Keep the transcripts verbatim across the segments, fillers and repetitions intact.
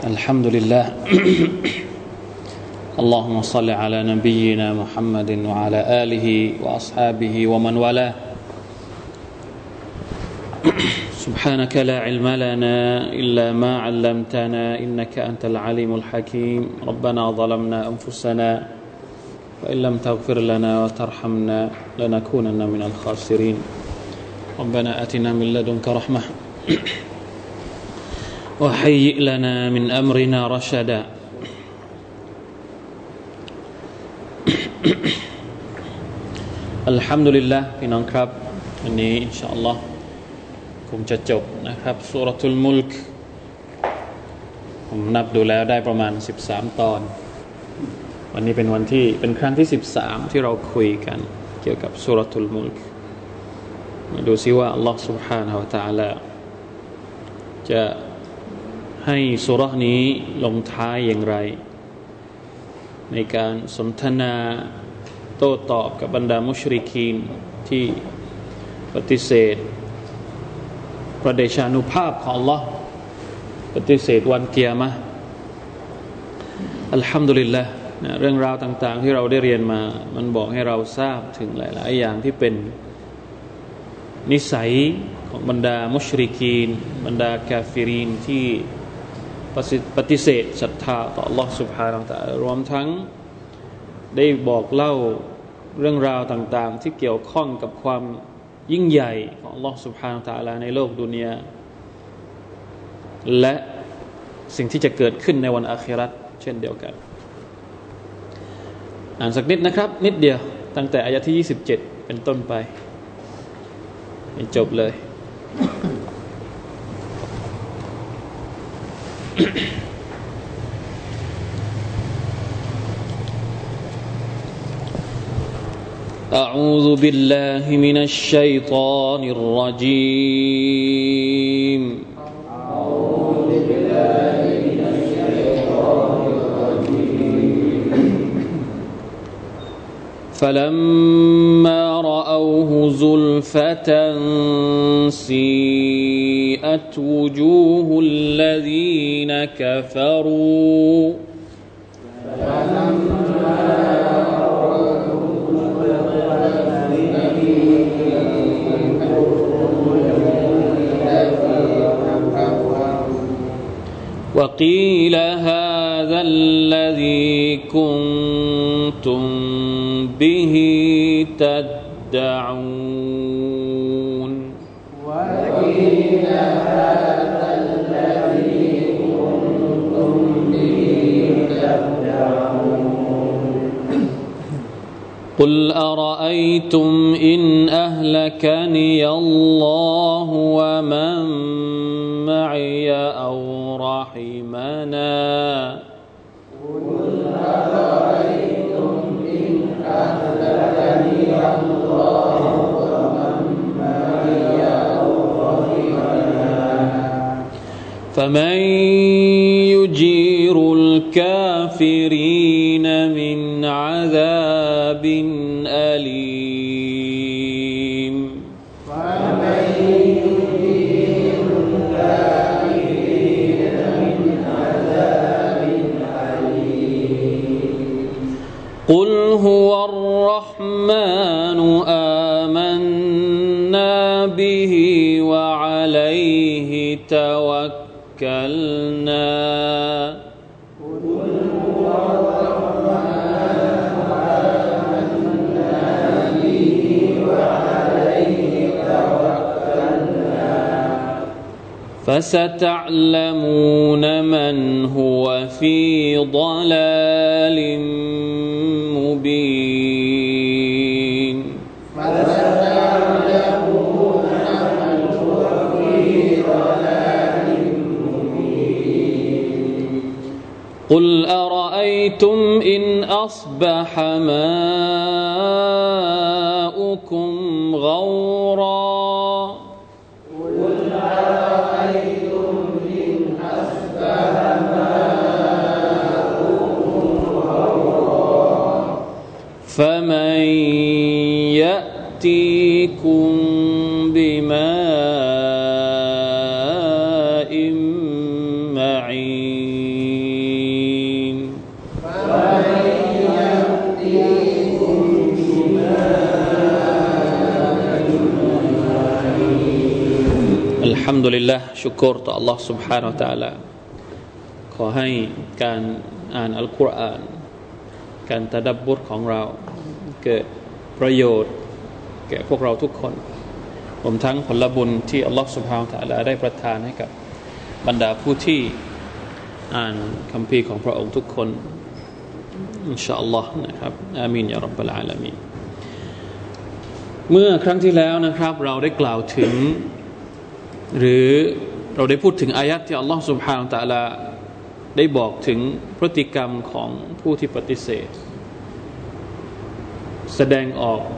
الحمد لله اللهم صل على نبينا محمد وعلى آله وأصحابه ومن والاه سبحانك لا علم لنا إلا ما علمتنا إنك أنت العليم الحكيم ربنا ظلمنا أنفسنا وإن لم تغفر لنا وترحمنا لنكونن من الخاسرين ربنا آتنا من لدنك رحمة وهيئ لنا من أمرنا رشدا الحمد لله พี่น้องครับวันนี้อินชาอัลลอฮ์คงจะจบนะครับซูเราะตุลมุลกผมนับดูแล้วได้ประมาณสิบสามตอนวันนี้เป็นวันที่เป็นครั้งที่สิบสามที่เราคุยกันเกี่ยวกับซูเราะตุลมุลกมาดูซิว่าอัลลอฮ์ سبحانه และ تعالى จะให้ซูเราะห์นี้ลงท้ายอย่างไรในการสนทนาโต้ตอบกับบรรดามุชริกีนที่ปฏิเสธพระเดชานุภาพของอัลลอฮ์ปฏิเสธวันกิยามะห์อัลฮัมดุลิลละห์นะเรื่องราวต่างๆที่เราได้เรียนมามันบอกให้เราทราบถึงหลายๆอย่างที่เป็นนิสัยของบรรดามุชริกีนบรรดากาฟิรีนที่ปฏิเสธศรัทธาต่อ Allah Subhanahu Wa Taala รวมทั้งได้บอกเล่าเรื่องราวต่างๆที่เกี่ยวข้องกับความยิ่งใหญ่ของ Allah Subhanahu Wa Taala ในโลกดุนยาและสิ่งที่จะเกิดขึ้นในวันอาคิเราะห์เช่นเดียวกันอ่านสักนิดนะครับนิดเดียวตั้งแต่อายะที่ยี่สิบเจ็ดเป็นต้นไปให้จบเลย أعوذ بالله من الشيطان الرجيم أعوذ بالله من الشيطان الرجيم فلما رأوه زلفة سيئت وجوه الذين كفروا وقيل هذا الذي كنتم به تدعون وقيل هذا الذي كنتم به تدعون قل أرأيتم إن أهلكني الله ومن معي أو رحمنا قل أرأيتم إن أهلكني الله ومن معي أو رحمنا فمن يجير الكافرين من عذاب أليم فمن يجير الكافرين من عذاب أليم قل هو الرحمن آمنا به وعليه توكلنا قل هو الرحمن آمنا به وعليه توكلنا فستعلمون من هو في ضلال مبين فستعلمون من هو في ضلال مبين قل أرأيتم إن أصبح ماؤكم غورا قل أرأيتم إن أصبح ماؤكم غورا فمن يأتيكم بماء معين ฮัมดุลิลละห์ชุกรต่อ Allah سبحانه และ تعالى ขอให้การอ่านอัลกุรอานการตะดับบุรของเราเกิดประโยชน์แก่พวกเราทุกคนรวมทั้งผลบุญที่ Allah سبحانه และ تعالى ได้ประทานให้กับบรรดาผู้ที่อ่านคัมภีร์ของพระองค์ทุกคนอินชาอัลลอฮ์นะครับอามีนยารับบะลอาลามีนเมื่อครั้งที่แล้วนะครับเราได้กล่าวถึงหรือเราได้พูดถึงอายัดที่อัลลอฮฺ سبحانه และ تعالى ได้บอกถึงพฤติกรรมของผู้ที่ปฏิเสธแสดงออก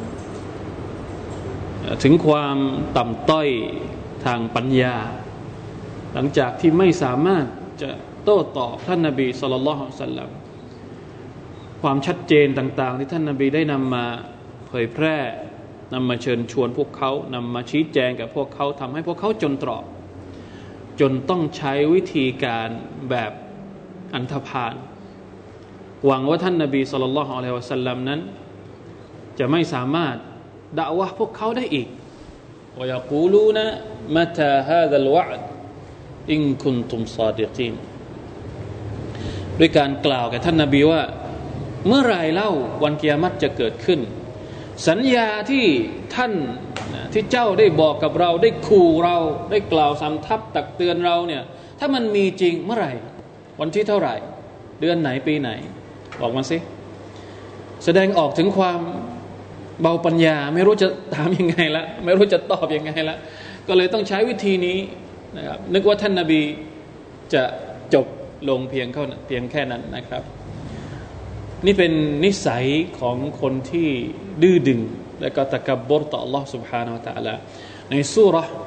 ถึงความต่ำต้อยทางปัญญาหลังจากที่ไม่สามารถจะโต้ตอบท่านนบีศ็อลลัลลอฮุอะลัยฮิวะซัลลัมความชัดเจนต่างๆที่ท่านนบีได้นำมาเผยแพร่นำมาเชิญชวนพวกเขานำมาชี้แจงกับพวกเขาทำให้พวกเขาจนตรอกจนต้องใช้วิธีการแบบอันธพาลหวังว่าท่านนบีศ็อลลัลลอฮุอะลัยฮิวะซัลลัมนั้นจะไม่สามารถดะอ์วะห์พวกเขาได้อีกวะยะกูลูนะมะตาฮาซัลวะอ์ดอินคุนตุมซอดิกีนด้วยการกล่าวแก่ท่านนบีว่าเมื่อไรเล่าวันกิยามะฮ์จะเกิดขึ้นสัญญาที่ท่านที่เจ้าได้บอกกับเราได้ขู่เราได้กล่าวสำทับตักเตือนเราเนี่ยถ้ามันมีจริงเมื่อไหร่วันที่เท่าไหร่เดือนไหนปีไหนบอกมาสิแสดงออกถึงความเบาปัญญาไม่รู้จะถามยังไงละไม่รู้จะตอบยังไงละก็เลยต้องใช้วิธีนี้นะครับนึกว่าท่านนบีจะจบลงเพียงเท่าเพียงแค่นั้นนะครับนี่เป็นนิสัยของคนที่ดื้อดึงและก็ตะกับบรต่อ Allah سبحانه และ تعالى ในซูเราะห์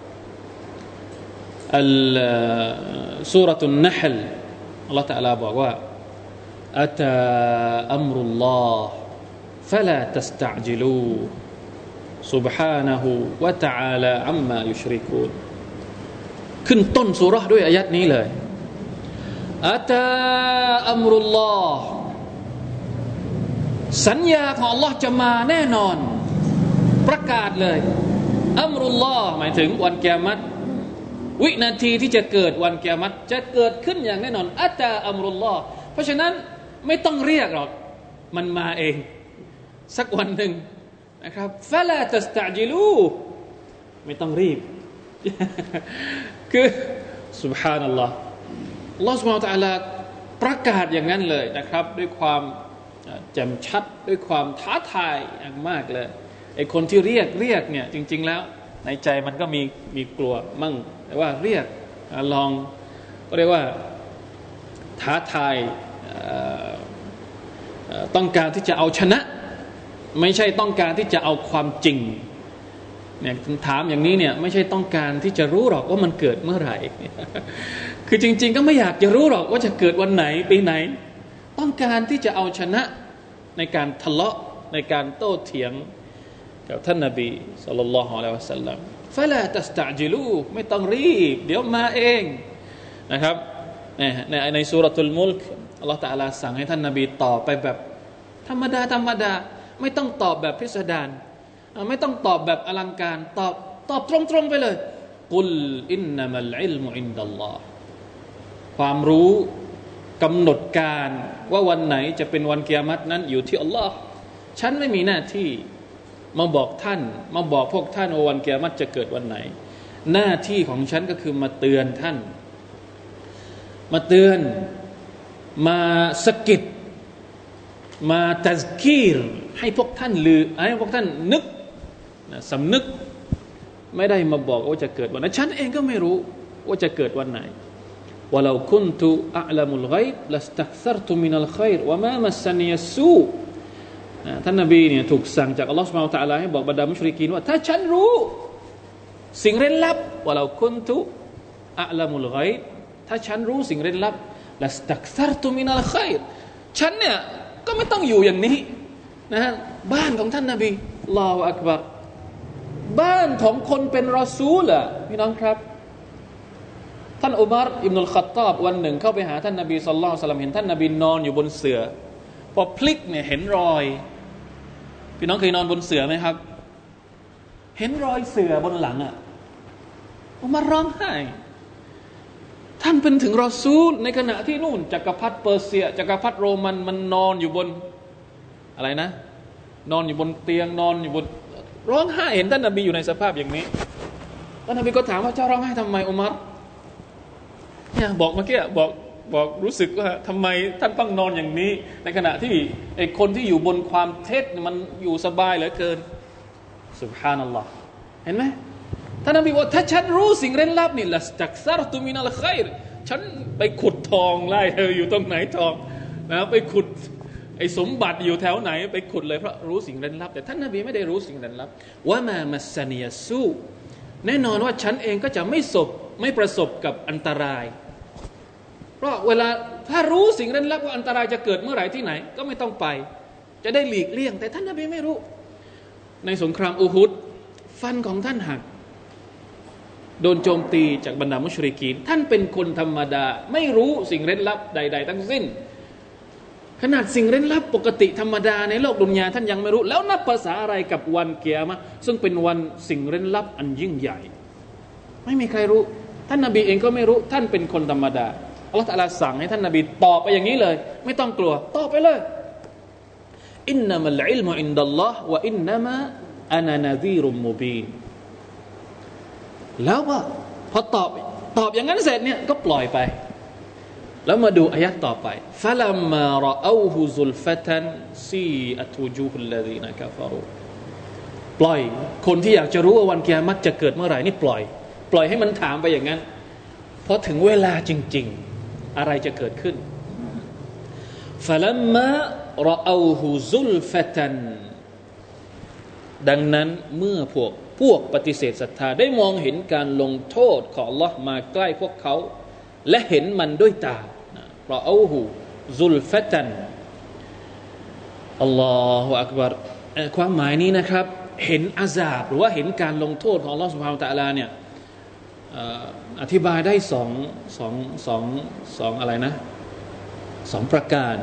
อัลซูเราะตุนนะห์ล Allah تعالى บอกว่าอะตาอัมรุลลอฮ์ฟะลาตัสตะอ์จิลู سبحانه และ تعالى อัมมายุชริกูนขึ้นต้นซูเราะห์ด้วยอายัดนี้เลยอะตาอัมรุลลอฮ์สัญญาของ Allah จะมาแน่นอนประกาศเลยอัมรุลลอฮ์หมายถึงวันกิยามะฮ์วินาทีที่จะเกิดวันกิยามะฮ์จะเกิดขึ้นอย่างแน่นอนอัตตาอัมรุลลอฮ์เพราะฉะนั้นไม่ต้องเรียกหรอกมันมาเองสักวันหนึ่งนะครับฟะลาตัสตะอ์จิลูไม่ต้องรีบคือซุบฮานัลลอฮ์อัลลอฮ์ซุบฮานะฮูวะตะอาลาประกาศอย่างนั้นเลยนะครับด้วยความแจ่มชัดด้วยความท้าทายอย่างมากเลยไอ้คนที่เรียกเรียกเนี่ยจริงๆแล้วในใจมันก็มีมีกลัวมั่งแต่ว่าเรียกลองก็เรียกว่าท้าทายต้องการที่จะเอาชนะไม่ใช่ต้องการที่จะเอาความจริงเนี่ยถามอย่างนี้เนี่ยไม่ใช่ต้องการที่จะรู้หรอกว่ามันเกิดเมื่อไหร่คือจริงๆก็ไม่อยากจะรู้หรอกว่าจะเกิดวันไหนปีไหนต้องการที่จะเอาชนะในการทะเลาะในการโต้เถียงกับท่านนบีศ็อลลัลลอฮุอะลัยฮิวะซัลลัมฟะลาตัสตะอ์จิลูไม่ต้องรีบเดี๋ยวมาเองนะครับในในซูเราะตุลมุลกอัลเลาะห์ตะอาลาสั่งให้ท่านนบีตอบไปแบบธรรมดาธรรมดาไม่ต้องตอบแบบพิสดารไม่ต้องตอบแบบอลังการตอบตอบตรงๆไปเลยกุลอินนัมัลอิลมุอินดัลลอฮ์ความรู้กำหนดการว่าวันไหนจะเป็นวันกิยามะฮ์นั้นอยู่ที่อัลลอฮ์ฉันไม่มีหน้าที่มาบอกท่านมาบอกพวกท่านว่าวันกิยามะฮ์จะเกิดวันไหนหน้าที่ของฉันก็คือมาเตือนท่านมาเตือนมาสะกิดมาตัซกีรให้พวกท่านลือให้พวกท่านนึกสำนึกไม่ได้มาบอกว่าจะเกิดวันไหนฉันเองก็ไม่รู้ว่าจะเกิดวันไหนวะลาคุนตุอะละมุลฆอยบลัสตักซัรตุมินัลค็อยรวะมามัสซะนียัสซูท่านนบีเนี่ยถูกสั่งจากอัลเลาะห์ซุบฮานะฮูวะตะอาลาให้บอกบรรดามุชริกีนว่าถ้าฉันรู้สิ่งเร้นลับวะลาคุนตุอะละมุลฆอยบถ้าฉันรู้สิ่งเร้นลับลัสตักซัรตุมินัลค็อยรฉันเนี่ยก็ไม่ต้องอยู่อย่างนี้นะฮะบ้านของท่านนบีอัลลอฮุอักบัรบ้านของคนเป็นรอซูลอ่ะพี่น้องครับท่านอุมัรอิบนุลค็อฏฏอบวันหนึ่งเข้าไปหาท่านนบีศ็อลลัลลอฮุอะลัยฮิวะซัลลัมเห็นท่านนบีนอนอยู่บนเสื่อพอพลิกเนี่ยเห็นรอยพี่น้องเคยนอนบนเสื่อไหมครับเห็นรอยเสื่อบนหลังอ่ะอุมัรร้องไห้ท่านเป็นถึงรอซูลในขณะที่นู่นจักรพรรดิเปอร์เซียจักรพรรดิโรมันมันนอนอยู่บนอะไรนะนอนอยู่บนเตียงนอนอยู่บนร้องไห้เห็นท่านนบีอยู่ในสภาพอย่างนี้ท่านนบีก็ถามว่าเจ้าร้องไห้ทำไมอุมัรเนี่ยบอกเมื่อกี้บอกบอกรู้สึกว่าทำไมท่านต้องนอนอย่างนี้ในขณะที่ไอ้คนที่อยู่บนความเท็จมันอยู่สบายเหลือเกินซุบฮานัลลอฮ์เห็นไหมท่านนบีบอกถ้าฉันรู้สิ่งเร้นลับนี่ละจักซารตุมินัลค็อยรฉันไปขุดทองไล่เธออยู่ตรงไหนทองนะไปขุดไอ้สมบัติอยู่แถวไหนไปขุดเลยเพราะรู้สิ่งเร้นลับแต่ท่านนบีไม่ได้รู้สิ่งเร้นลับว่ามามัสซานียซูแน่นอนว่าฉันเองก็จะไม่สบไม่ประสบกับอันตรายเพราะเวลาถ้ารู้สิ่งเร้นลับว่าอันตรายจะเกิดเมื่อไหร่ที่ไหนก็ไม่ต้องไปจะได้หลีกเลี่ยงแต่ท่านนบีไม่รู้ในสงครามอูฮุดฟันของท่านหักโดนโจมตีจากบรรดามุชริกีนท่านเป็นคนธรรมดาไม่รู้สิ่งเร้นลับใดๆทั้งสิ้นขนาดสิ่งเร้นลับปกติธรรมดาในโลกดุนยาท่านยังไม่รู้แล้วนับภาษาอะไรกับวันกิยามะห์ซึ่งเป็นวันสิ่งเร้นลับอันยิ่งใหญ่ไม่มีใครรู้ท่านนบีเองก็ไม่รู้ท่านเป็นคนธรรมดาอัลเลาะห์ตะอาลาสั่งให้ท่านนบีตอบไปอย่างนี้เลยไม่ต้องกลัวตอบไปเลยอินนัมัลอิลมุอินดัลลอฮ์วะอินนัมะอานะนะซีรุมมุบีนแล้วก็พอตอบตอบอย่างนั้นเสร็จเนี่ยก็ปล่อยไปแล้วมาดูอายะห์ต่อไปฟะลัมมารออูฮุซุลฟะตันซีอะตุจูฮุลลซีนะกะฟะรูปล่อยคนที่อยากจะรู้ว่าวันกิยามะห์จะเกิดเมื่อไหร่นี่ปล่อยปล่อยให้มันถามไปอย่างนั้นพอถึงเวลาจริงๆอะไรจะเกิดขึ้นฟะลัมมารออูฮุซุลฟะตันดังนั้นเมื่อพวกพวกปฏิเสธศรัทธาได้มองเห็นการลงโทษของอัลเลาะห์มาใกล้พวกเขาและเห็นมันด้วยตาเพราะเอาหูซุลฟะตันอัลลอฮฺอักบัรความหมายนี้นะครับเห็นอาซาบหรือว่าเห็นการลงโทษของอัลลอฮฺซุบฮานะฮูวะตะอาลาเนี่ยอธิบายได้สองสองสองสองอะไรนะสองประการ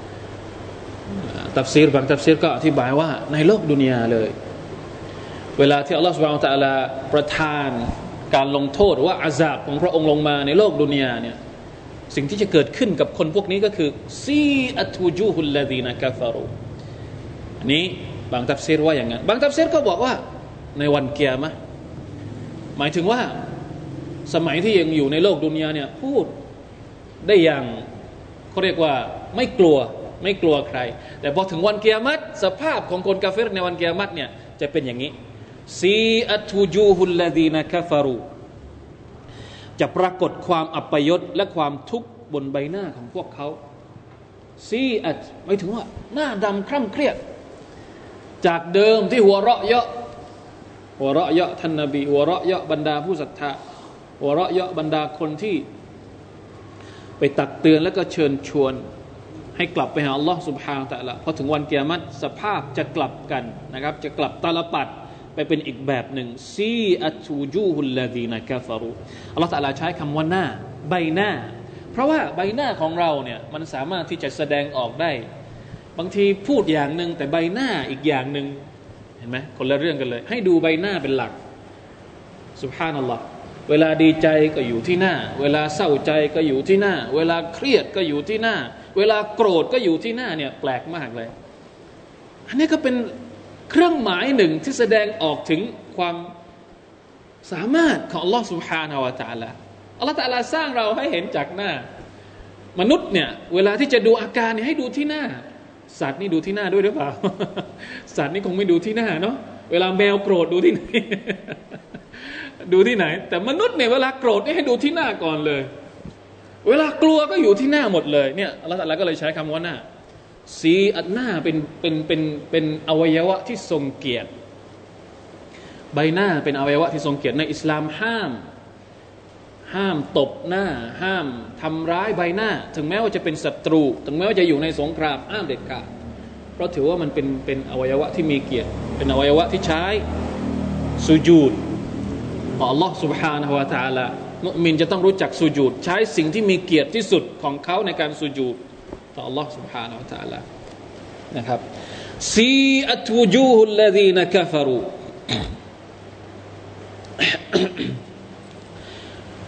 ตัฟซีรบางตัฟซีรก็อธิบายว่าในโลกดุนยาเลยเวลาที่อัลลอฮฺซุบฮานะฮูวะตะอาลาประทานการลงโทษหรือว่าอาซาบของพระองค์ลงมาในโลกดุนยาเนี่ยสิ่งที่จะเกิดขึ้นกับคนพวกนี้ก็คือซีอัตุจูฮุลลซีนะกะฟะรูอันนี้บางตัฟซีรว่าอย่างนั้นบางตัฟซีรก็บอกว่าในวันกิยามะห์หมายถึงว่าสมัยที่ยังอยู่ในโลกดุนยาเนี่ยพูดได้อย่างเขาเรียกว่าไม่กลัวไม่กลัวใครแต่พอถึงวันกิยามะห์สภาพของคนกาเฟรในวันกิยามะห์เนี่ยจะเป็นอย่างนี้ซีอัตุจูฮุลลซีนะกะฟะรูจะปรากฏความอัปยศและความทุกข์บนใบหน้าของพวกเขาซีอัตหมายถึงว่าหน้าดำคร่ำเครียดจากเดิมที่หัวเราะเยาะหัวเราะเยาะท่านนบีหัวเราะเยาะบรรดาผู้ศรัทธาหัวเราะเยาะบรรดาคนที่ไปตักเตือนแล้วก็เชิญชวนให้กลับไปหาอัลลอฮ์ سبحانه และ تعالى พอถึงวันกิยามะห์สภาพจะกลับกันนะครับจะกลับตาลปัดไปเป็นอีกแบบหนึ่งซีอัตูจูฮุลลซีนะกะฟะรูอัลเลาะห์ตะอาลาใช้คำว่าหน้าใบหน้าเพราะว่าใบหน้าของเราเนี่ยมันสามารถที่จะแสดงออกได้บางทีพูดอย่างนึงแต่ใบหน้าอีกอย่างนึงเห็นไหมคนละเรื่องกันเลยให้ดูใบหน้าเป็นหลักซุบฮานัลลอฮ์เวลาดีใจก็อยู่ที่หน้าเวลาเศร้าใจก็อยู่ที่หน้าเวลาเครียดก็อยู่ที่หน้าเวลาโกรธก็อยู่ที่หน้าเนี่ยแปลกมากเลยอันนี้ก็เป็นเครื่องหมายหนึ่งที่แสดงออกถึงความสามารถของอัลลอฮฺ سبحانه และ تعالى อัลลอฮฺ تعالى สร้างเราให้เห็นจากหน้ามนุษย์เนี่ยเวลาที่จะดูอาการเนี่ยให้ดูที่หน้าสัตว์นี่ดูที่หน้าด้วยหรือเปล่า สัตว์นี่คงไม่ดูที่หน้าเนาะเวลาแมวโกรธดูที่ไหน ดูที่ไหนแต่มนุษย์เนี่ยเวลาโกรธนี่ให้ดูที่หน้าก่อนเลยเวลากลัวก็อยู่ที่หน้าหมดเลยเนี่ยอัลลอฮฺ تعالى ก็เลยใช้คำว่าหน้าสีอันหน้าเป็นเป็นเป็นเป็นอวัยวะที่ทรงเกียรติใบหน้าเป็นอวัยวะที่ทรงเกียรติในอิสลามห้ามห้ามตบหน้าห้ามทำร้ายใบหน้าถึงแม้ว่าจะเป็นศัตรูถึงแม้ว่าจะอยู่ในสงครามห้ามเด็ดขาดเพราะถือว่ามันเป็นเป็นอวัยวะที่มีเกียรติเป็นอวัยวะที่ใช้สุญูดของอัลลอฮฺ سبحانه และ تعالى มุมินจะต้องรู้จักสุญูดใช้สิ่งที่มีเกียรติที่สุดของเขาในการสุญูดต่อ Allah سبحانه และ تعالى นะครับซีอัตวูจูฮุลลซีนะกะฟะรู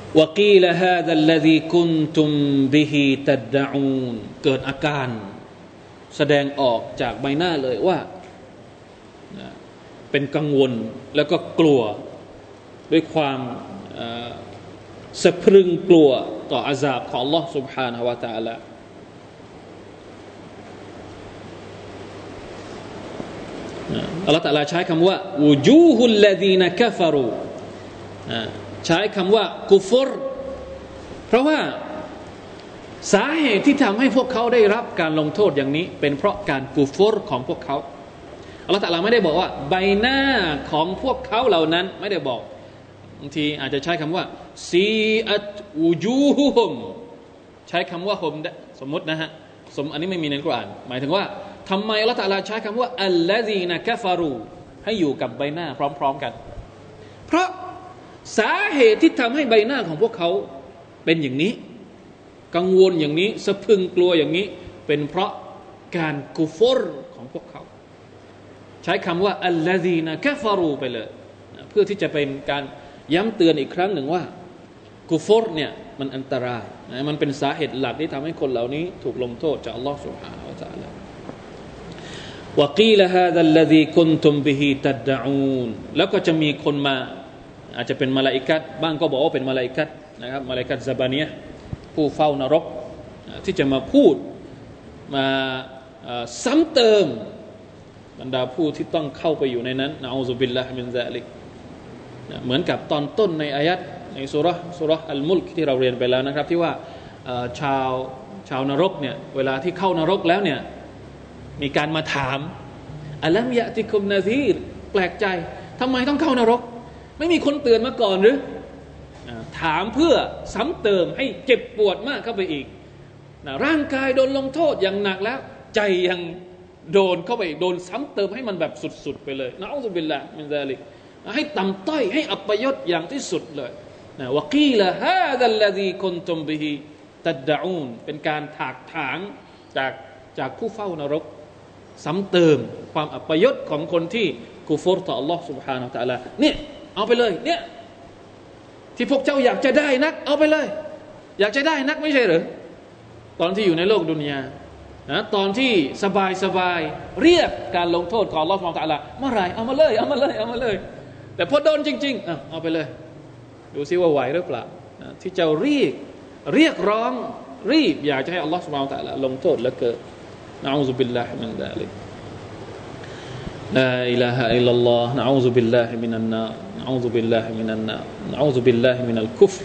วะกีลฮาซัลลซีกุนตุมบิฮิตัดดะอูนเกิดอาการแสดงออกจากใบหน้าเลยว่าเป็นกังวลแล้วก็กลัวด้วยความสะพรึงกลัวต่ออาซาบของ Allah سبحانه และ تعالى อัลเลาะห์ตะอาลาใช้คำว่าวุจูฮุลลซีนกัฟรูใช้คำว่ากุฟรเพราะว่าสาเหตุที่ทำให้พวกเขาได้รับการลงโทษอย่างนี้เป็นเพราะการกุฟรของพวกเขาอัลเลาะห์ตะอาลาไม่ได้บอกว่าใบหน้าของพวกเขาเหล่านั้นไม่ได้บอกบางทีอาจจะใช้คำว่าซีอัตวูจูฮุมใช้คำว่าฮุมสมมตินะฮะสมอันนี้ไม่มีในกุรอานหมายถึงว่าทำไมอัลเลาะห์ตะอาลาใช้คำว่าอัลลซีนะกัฟรูให้อยู่กับใบหน้าพร้อมๆกันเพราะสาเหตุที่ทำให้ใบหน้าของพวกเขาเป็นอย่างนี้กังวลอย่างนี้สะพรึงกลัวอย่างนี้เป็นเพราะการกุฟรของพวกเขาใช้คำว่าอัลลซีนะกัฟรูไปเลยเพื่อที่จะเป็นการย้ำเตือนอีกครั้งหนึ่งว่ากุฟรเนี่ยมันอันตรายนะมันเป็นสาเหตุหลักที่ทำให้คนเหล่านี้ถูกลงโทษจากอัลลอฮฺ سبحانه และ تعالى วะกีลฮาซัลลซีกุนตุมบิฮิตัดดะอูนแล้วก็จะมีคนมาอาจจะเป็นมลาอิกะฮ์บ้างก็บอกว่าเป็นมลาอิกะฮ์นะครับมลาอิกะฮ์ซะบานียะห์ผู้เฝ้านรกที่จะมาพูดมาซ้ำเติมบรรดาผู้ที่ต้องเข้าไปอยู่ในนั้นนะอูซุบิลลาฮิมินซาลิกเหมือนกับตอนต้นในอายัดในซูเราะห์ซูเราะห์อัลมุลกที่เราเรียนไปแล้วนะครับที่ว่าชาวชาวนรกเนี่ยเวลาที่เข้านรกแล้วเนี่ยมีการมาถามอะลัมยะติกุมนะซีรแปลกใจทำไมต้องเข้านรกไม่มีคนเตือนมาก่อนหรือถามเพื่อซ้ำเติมให้เจ็บปวดมากเข้าไปอีกร่างกายโดนลงโทษอย่างหนักแล้วใจยังโดนเข้าไปโดนซ้ำเติมให้มันแบบสุดๆไปเลยนะอูซุบิลลาฮิมินซาลิกให้ต่ำต้อยให้อัปยศอย่างที่สุดเลยนะวะกีลฮาซัลลซีกุนตุมบิฮิตัดดะอูนเป็นการถากถางจากจากผู้เฝ้านรกซ้ำเติมความอัปยศของคนที่กุฟรต่อ Allah سبحانه และ تعالى เนี่ยเอาไปเลยเนี่ยที่พวกเจ้าอยากจะได้นักเอาไปเลยอยากจะได้นักไม่ใช่หรือตอนที่อยู่ในโลกดุนยานะตอนที่สบายสบายเรียกการลงโทษของ Allah سبحانه และ تعالى เมื่อไหร่เอามาเลยเอามาเลยเอามาเลยแต่พอโดนจริงๆอ่ะเอาไปเลยดูซิว่าไหวหรือเปล่านะที่เจ้าเรียกเรียกร้องรีบอยากจะให้ Allah سبحانه และ تعالى ลงโทษเหลือเกินนะอูซุบิลลาฮิมินซาลิกلا إله إلا الله نعوذ بالله من النار نعوذ بالله من النار نعوذ بالله من الكفر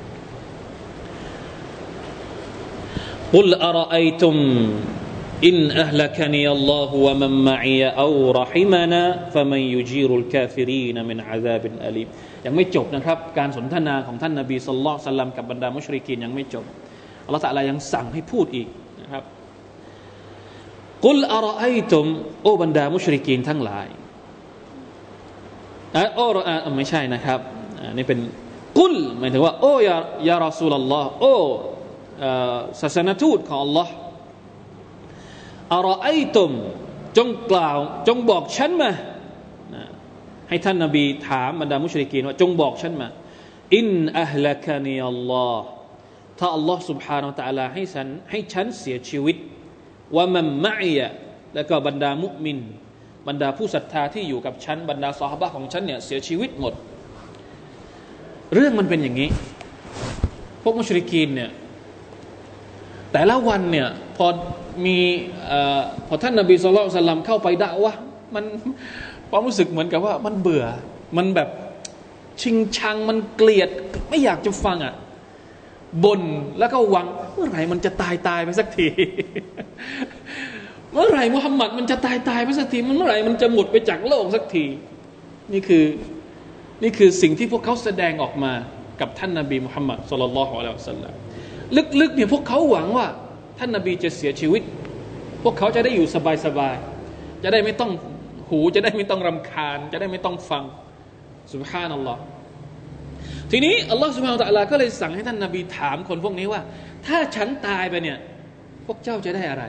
قل أرأيتم إن أهلكني الله ومن معي أو رحمنا فمن يجير الكافرين من عذاب أليم ยังไม่จบนะครับการสนทนาของท่านนบีศ็อลลัลลอฮุอะลัยฮิวะซัลลัมกับบรรดามุชริกีนยังไม่จบอัลเลาะห์ตะอาลายังสั่งให้พูดอีกนะครับกุลอะรออัยตุมโอบรรดามุชริกีนทั้งหลายอ่ะโอ้อ่ะไม่ใช่นะครับอันนี้เป็นกุลหมายถึงว่าโอ้ยายารอซูลุลลอฮ์โอ้ศาสนทูตของ Allah อะรออัยตุมจงกล่าวจงบอกฉันมาให้ท่านนบีถามบรรดามุชริกีนว่าจงบอกฉันมาอินอะฮละกะนีอัลลอฮ์ถ้า Allah سبحانه และ تعالى ให้ฉันให้ฉันเสียชีวิตว่ามันมะอียะแล้วก็บรรดามุมินบรรดาผู้ศรัทธาที่อยู่กับฉันบรรดาซอฮาบะห์ของฉันเนี่ยเสียชีวิตหมดเรื่องมันเป็นอย่างนี้พวกมุชริกีนเนี่ยแต่ละวันเนี่ยพอมีเอ่อพอท่านนบีศ็อลลัลลอฮุอะลัยฮิวะซัลลัมเข้าไปดะอ์วะห์มันความรู้สึกเหมือนกับว่ามันเบื่อมันแบบชิงชังมันเกลียดไม่อยากจะฟังอ่ะบ่นแล้วก็หวังเมื่อไหร่มันจะตายตายไปสักทีเมื่อไหร่มุฮัมมัดมันจะตายตายไปสักทีมันเมื่อไหร่มันจะหมดไปจากโลกสักทีนี่คือนี่คือสิ่งที่พวกเขาแสดงออกมากับท่านนบีมุฮัมมัดศ็อลลัลลอฮุอะลัยฮิวะซัลลัมลึกๆเนี่ยพวกเขาหวังว่าท่านนบีจะเสียชีวิตพวกเขาจะได้อยู่สบายๆจะได้ไม่ต้องหูจะได้ไม่ต้องรำคาญจะได้ไม่ต้องฟังซุบฮานัลลอฮ์ทีนี้อัลลอฮฺซุบฮานะฮูวะตะอาลาก็เลยสั่งให้ท่านนบีถามคนพวกนี้ว่าถ้าฉันตายไปเนี่ยพวกเจ้าจะได้อะไร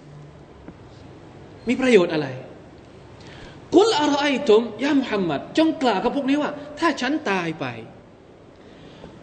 มีประโยชน์อะไรกุลอะรออัยตุมยามุฮัมมัดจงกล่าวกับพวกนี้ว่าถ้าฉันตายไป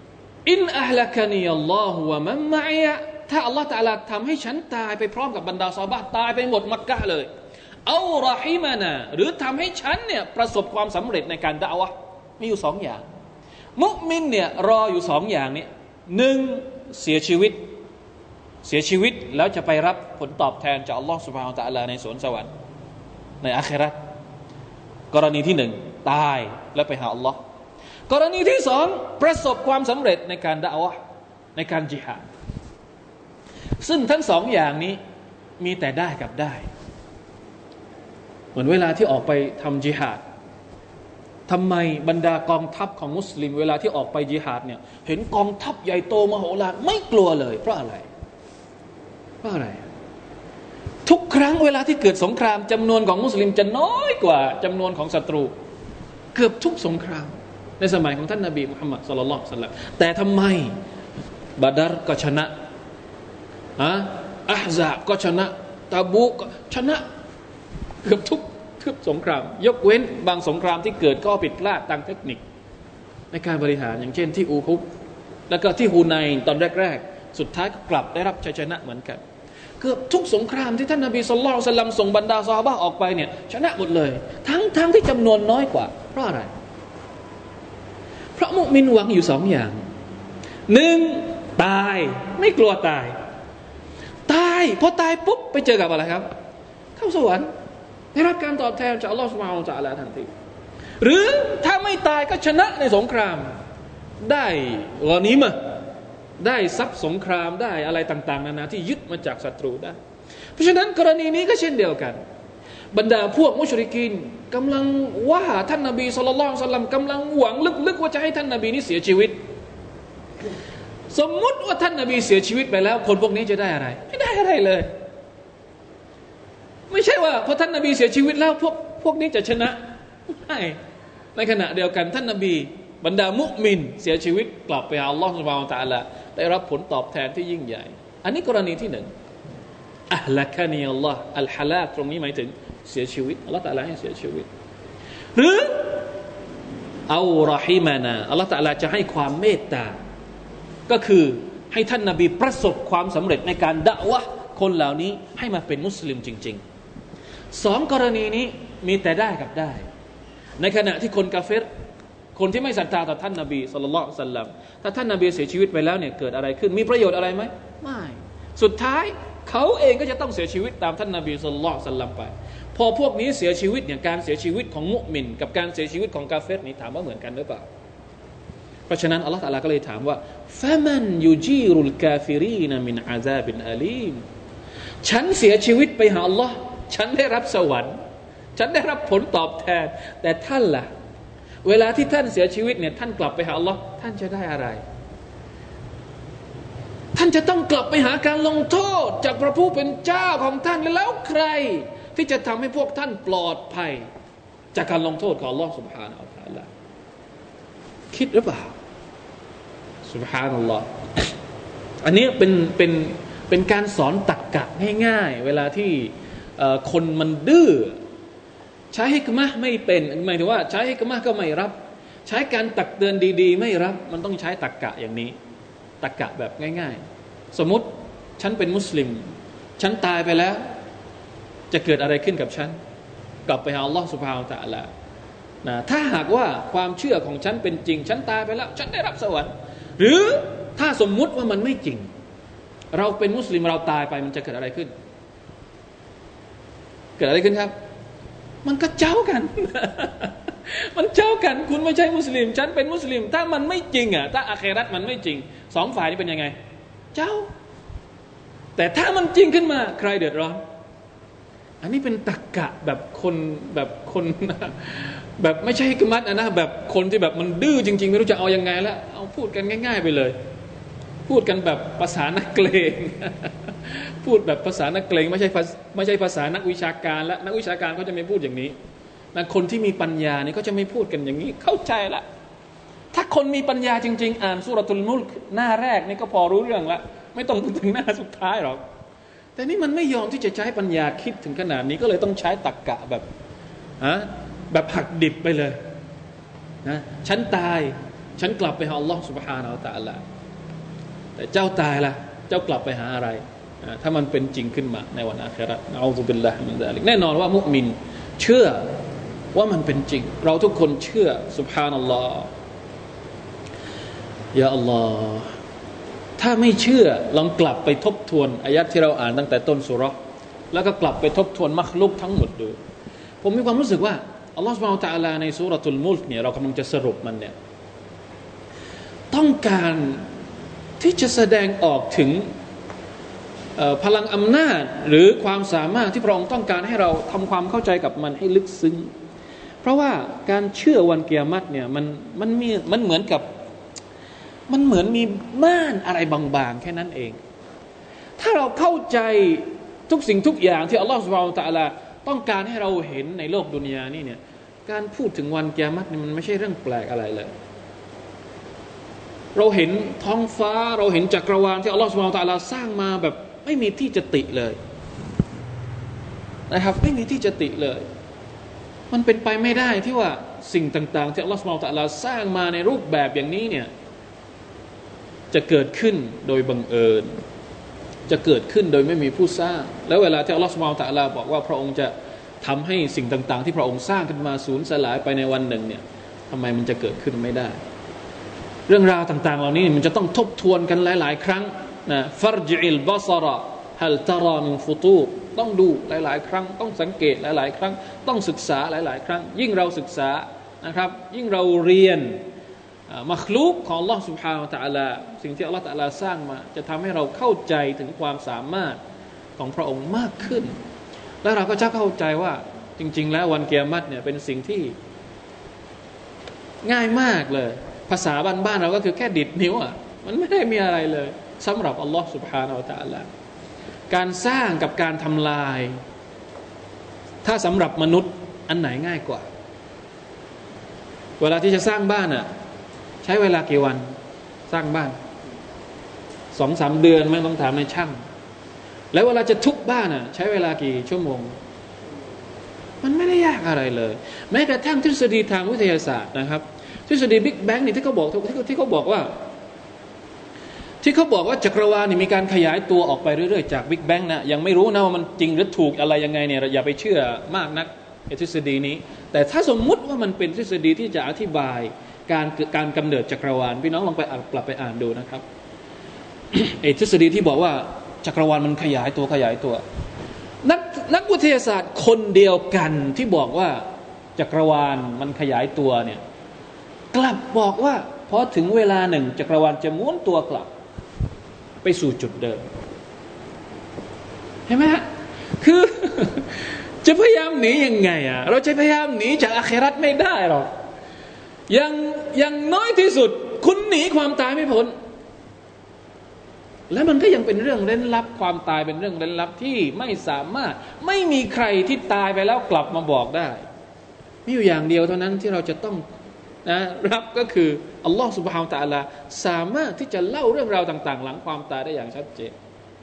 อินอัลลักนีอัลลอฮฺวะมันมะอิยะถ้าอัลลอฮฺตะอาลาทำให้ฉันตายไปพร้อมกับบรรดาซอฮาบะห์ตายไปหมดมักกะฮ์เลยเอารอฮิมานะหรือทำให้ฉันเนี่ยประสบความสำเร็จในการดะอ์วะห์มีอยู่สองอย่างมุมินเนี่ยรออยู่สองอย่างนี้หนึ่งเสียชีวิตเสียชีวิตแล้วจะไปรับผลตอบแทนจากอัลลอฮฺซุบฮานะฮูวะตะอาลาในสวนสวรรค์ในอาคิเราะห์กรณีที่หนึ่งตายแล้วไปหาอัลลอฮ์กรณีที่สองประสบความสำเร็จในการดะอ์วะห์ในการญิฮาดซึ่งทั้งสองอย่างนี้มีแต่ได้กับได้เหมือนเวลาที่ออกไปทำญิฮาดทำไมบรรดากองทัพของมุสลิมเวลาที่ออกไปญิฮาดเนี่ยเห็นกองทัพใหญ่โตมโหฬารไม่กลัวเลยเพราะอะไรเพราะอะไรทุกครั้งเวลาที่เกิดสงครามจำนวนของมุสลิมจะน้อยกว่าจำนวนของศัตรูเกือบทุกสงครามในสมัยของท่านนบีมุฮัมมัดศ็อลลัลลอฮุอะลัยฮิวะซัลลัมแต่ทำไมบาดรก็ชนะอะอะห์ซาบก็ชนะตะบูกก็ชนะเกือบทุกทุกสงครามยกเว้นบางสงครามที่เกิดข้อผิดพลาดทางเทคนิคในการบริหารอย่างเช่นที่อูฮุดแล้วก็ที่ฮูไนน์ตอนแรกๆสุดท้ายก็กลับได้รับชัยชนะเหมือนกันเกือบทุกสงครามที่ท่านนบีศ็อลลัลลอฮุอะลัยฮิวะซัลลัมส่งบรรดาซอฮาบะห์ออกไปเนี่ยชนะหมดเลยทั้งทั้งที่จำนวนน้อยกว่าเพราะอะไรเพราะมุมินหวังอยู่สองอย่างหนึ่งตายไม่กลัวตายตายพอตายปุ๊บไปเจอกับอะไรครับเข้าสวรรค์ได้รับการตอบแทนจากอัลลอฮฺซุบฮานะฮูวะตะอาลาทันทีหรือถ้าไม่ตายก็ชนะในสงครามได้กอนีมะห์ได้ทรัพย์สงครามได้อะไรต่างๆนานาที่ยึดมาจากศัตรูได้เพราะฉะนั้นกรณีนี้ก็เช่นเดียวกันบรรดาพวกมุชริกีนกำลังว่าท่านนบีศ็อลลัลลอฮุอะลัยฮิวะซัลลัมกำลังหวังลึกๆว่าจะให้ท่านนบีนี้เสียชีวิตสมมุติว่าท่านนบีเสียชีวิตไปแล้วคนพวกนี้จะได้อะไรไม่ได้อะไรเลยไม่ใช่ว่าพอท่านนบีเสียชีวิตแล้วพวกพวกนี้จะชนะไม่ในขณะเดียวกันท่านนบีบรรดามุมินเสียชีวิตกลับไปหาอัลลอฮฺซุบฮานะฮูวะตะอาลาได้รับผลตอบแทนที่ยิ่งใหญ่อันนี้กรณีที่หนึ่งอัลละกะนีอัลลอฮฺอัลฮะลาตรงนี้หมายถึงเสียชีวิตอัลลอฮฺตะอาลาให้เสียชีวิตหรือเอารอฮิมานะอัลลอฮฺตะอาลาจะให้ความเมตตาก็คือให้ท่านนบีประสบความสำเร็จในการดะอ์วะห์คนเหล่านี้ให้มาเป็นมุสลิมจริงๆสองกรณีนี้มีแต่ได้กับได้ในขณะที่คนกาเฟรคนที่ไม่ศรัทธาต่อท่านนบีศ็อลลัลลอฮุอะลัยฮิวะซัลลัมถ้าท่านนบีเสียชีวิตไปแล้วเนี่ยเกิดอะไรขึ้นมีประโยชน์อะไรไหมไม่สุดท้ายเขาเองก็จะต้องเสียชีวิตตามท่านนบีศ็อลลัลลอฮุอะลัยฮิวะซัลลัมไปพอพวกนี้เสียชีวิตเนี่ยการเสียชีวิตของมุมินกับการเสียชีวิตของกาเฟรนี่ถามว่าเหมือนกันหรือเปล่าเพราะฉะนั้นอัลลอฮฺตะอาลาก็เลยถามว่าฟะมันยุจีรุลกาฟิรีนมินอาซาบินอาลีมฉันเสียชีวิตไปหาอัลลอฮ์ฉันได้รับสวรรค์ฉันได้รับผลตอบแทนแต่ท่านล่ะเวลาที่ท่านเสียชีวิตเนี่ยท่านกลับไปหาอัลลอฮ์ท่านจะได้อะไรท่านจะต้องกลับไปหาการลงโทษจากพระผู้เป็นเจ้าของท่านแล้วใครที่จะทำให้พวกท่านปลอดภัยจากการลงโทษของอัลลอฮ์ سبحانه และ تعالى คิดหรือเปล่า سبحان อัลลอฮ์อันนี้เป็นเป็นเป็นการสอนตรรกะง่ายๆเวลาที่คนมันดื้อใช้ฮิกมะห์ไม่เป็นหมายถึงว่าใช้ฮิกมะห์ก็ไม่รับใช้การตักเตือนดีๆไม่รับมันต้องใช้ตรรกะอย่างนี้ตรรกะแบบง่ายๆสมมุติฉันเป็นมุสลิมฉันตายไปแล้วจะเกิดอะไรขึ้นกับฉันกลับไปหาอัลลอฮฺซุบฮานะฮูวะตะอาลานะถ้าหากว่าความเชื่อของฉันเป็นจริงฉันตายไปแล้วฉันได้รับสวรรค์หรือถ้าสมมุติว่ามันไม่จริงเราเป็นมุสลิมเราตายไปมันจะเกิดอะไรขึ้นเกิดอะไรขึ้นครับมันก็เจ้ากันมันเจ้ากันคุณไม่ใช่มุสลิมฉันเป็นมุสลิมถ้ามันไม่จริงอ่ะถ้าอาคิเราะห์มันไม่จริงสองฝ่ายนี้เป็นยังไงเจ้าแต่ถ้ามันจริงขึ้นมาใครเดือดร้อนอันนี้เป็นตรรกะแบบคนแบบคนแบบไม่ใช่ฮิกมะห์นะแบบคนที่แบบมันดื้อจริงๆไม่รู้จะเอายังไงแล้วเอาพูดกันง่ายๆไปเลยพูดกันแบบภาษานักเลงพูดแบบภาษานักเลงไม่ใช่ไม่ใช่ภาษานักวิชาการและนักวิชาการเขาจะไม่พูดอย่างนี้นะคนที่มีปัญญานี่เขาจะไม่พูดกันอย่างนี้เข้าใจละถ้าคนมีปัญญาจริงๆอ่านซูเราะตุลมุลกหน้าแรกนี่ก็พอรู้เรื่องละไม่ต้องถึงหน้าสุดท้ายหรอกแต่นี่มันไม่ยอมที่จะใช้ปัญญาคิดถึงขนาดนี้ก็เลยต้องใช้ตรรกะแบบฮะแบบหักดิบไปเลยนะฉันตายฉันกลับไปหาอัลลอฮฺซุบฮานะฮูวะตะอาลาแต่เจ้าตายล่ะเจ้ากลับไปหาอะไรถ้ามันเป็นจริงขึ้นมาในวันอาคิเราะห์นะอูซุบิลลาฮิมินซาลิกแน่นอนว่ามุมินเชื่อว่ามันเป็นจริงเราทุกคนเชื่อซุบฮานัลลอฮ์ยาอัลลอฮ์ถ้าไม่เชื่อลองกลับไปทบทวนอายะห์ที่เราอ่านตั้งแต่ต้นซูเราะห์แล้วก็กลับไปทบทวนมัคลุกทั้งหมดดูผมมีความรู้สึกว่าอัลลอฮฺซุบฮานะฮูวะตะอาลาในซูเราะตุลมุลกเนี่ยเรากำลังจะสรุปมันเนี่ยต้องการที่จะแสดงออกถึงพลังอำนาจหรือความสามารถที่พระองค์ต้องการให้เราทำความเข้าใจกับมันให้ลึกซึ้งเพราะว่าการเชื่อวันกิยามะฮ์เนี่ยมันมันมีมันเหมือนกับมันเหมือนมีม่านอะไรบางๆแค่นั้นเองถ้าเราเข้าใจทุกสิ่งทุกอย่างที่อัลลอฮฺซุบฮานะฮูวะตะอาลาต้องการให้เราเห็นในโลกดุนยานี่เนี่ยการพูดถึงวันกิยามะฮ์นี่มันไม่ใช่เรื่องแปลกอะไรเลยเราเห็นท้องฟ้าเราเห็นจักรวาลที่อัลลอฮฺซุบฮานะฮูวะตะอาลาสร้างมาแบบไม่มีที่จะติเลยนะครับไม่มีที่จะติเลยมันเป็นไปไม่ได้ที่ว่าสิ่งต่างๆที่อัลลอฮฺซุบฮานะฮูวะตะอาลาสร้างมาในรูปแบบอย่างนี้เนี่ยจะเกิดขึ้นโดยบังเอิญจะเกิดขึ้นโดยไม่มีผู้สร้างแล้วเวลาที่อัลลอฮฺซุบฮานะฮูวะตะอาลาบอกว่าพระองค์จะทำให้สิ่งต่างๆที่พระองค์สร้างขึ้นมาสูญสลายไปในวันหนึ่งเนี่ยทำไมมันจะเกิดขึ้นไม่ได้เรื่องราวต่างๆเหล่านี้มันจะต้องทบทวนกันหลายๆครั้งนะฟัรจิอิลบะซะรฮัลตะรามินฟุตูรต้องดูหลายๆครั้งต้องสังเกตหลายๆครั้งต้องศึกษาหลายๆครั้งยิ่งเราศึกษานะครับยิ่งเราเรียนมัคลุกของ Allah سبحانه และ تعالى สิ่งที่ Allah تعالى สร้างมาจะทำให้เราเข้าใจถึงความสามารถของพระองค์มากขึ้นแล้วเราก็จะเข้าใจว่าจริงๆแล้ววันกิยามะฮ์เนี่ยเป็นสิ่งที่ง่ายมากเลยภาษาบ้านๆเราก็คือแค่ดิดนิ้วอ่ะมันไม่ได้มีอะไรเลยสำหรับ Allah سبحانه และ تعالى การสร้างกับการทำลายถ้าสำหรับมนุษย์อันไหนง่ายกว่าเวลาที่จะสร้างบ้านอ่ะใช้เวลากี่วันสร้างบ้าน สองสามเดือนไม่ต้องถามในช่างแล้วเวลาจะทุบบ้านอ่ะใช้เวลากี่ชั่วโมงมันไม่ได้ยากอะไรเลยแม้กระทั่งทฤษฎีทางวิทยาศาสตร์นะครับทฤษฎีบิ๊กแบงนี่ที่เขาบอกที่เขาที่เขาบอกว่าที่เขาบอกว่าจักรวาลนี่มีการขยายตัวออกไปเรื่อยๆจากบิ๊กแบงนะยังไม่รู้นะว่ามันจริงหรือถูกอะไรยังไงเนี่ยอย่าไปเชื่อมากนักไอ้ทฤษฎีนี้แต่ถ้าสมมุติว่ามันเป็นทฤษฎีที่จะอธิบายการการกำเนิดจักรวาลพี่น้องลองไปอ่านกลับไปอ่านดูนะครับ ไอ้ทฤษฎีที่บอกว่าจักรวาลมันขยายตัวขยายตัวนักนักวิทยาศาสตร์คนเดียวกันที่บอกว่าจักรวาลมันขยายตัวเนี่ยกลับบอกว่าพอถึงเวลาหนึ่งจักรวาลจะม้วนตัวกลับไปสู่จุดเดิมเห็นไหมฮะคือ จะพยายามหนียังไงอ่ะเราจะพยายามหนีจากอาคิเราะห์ไม่ได้หรอกยังยังน้อยที่สุดคุณหนีความตายไม่พ้นและมันก็ยังเป็นเรื่องเร้นลับความตายเป็นเรื่องเร้นลับที่ไม่สามารถไม่มีใครที่ตายไปแล้วกลับมาบอกได้มีอยู่อย่างเดียวเท่านั้นที่เราจะต้องนะรับก็คืออัลลอฮฺซุบฮานะฮูวะตะอาลาสามารถที่จะเล่าเรื่องราวต่างๆหลังความตายได้อย่างชัดเจน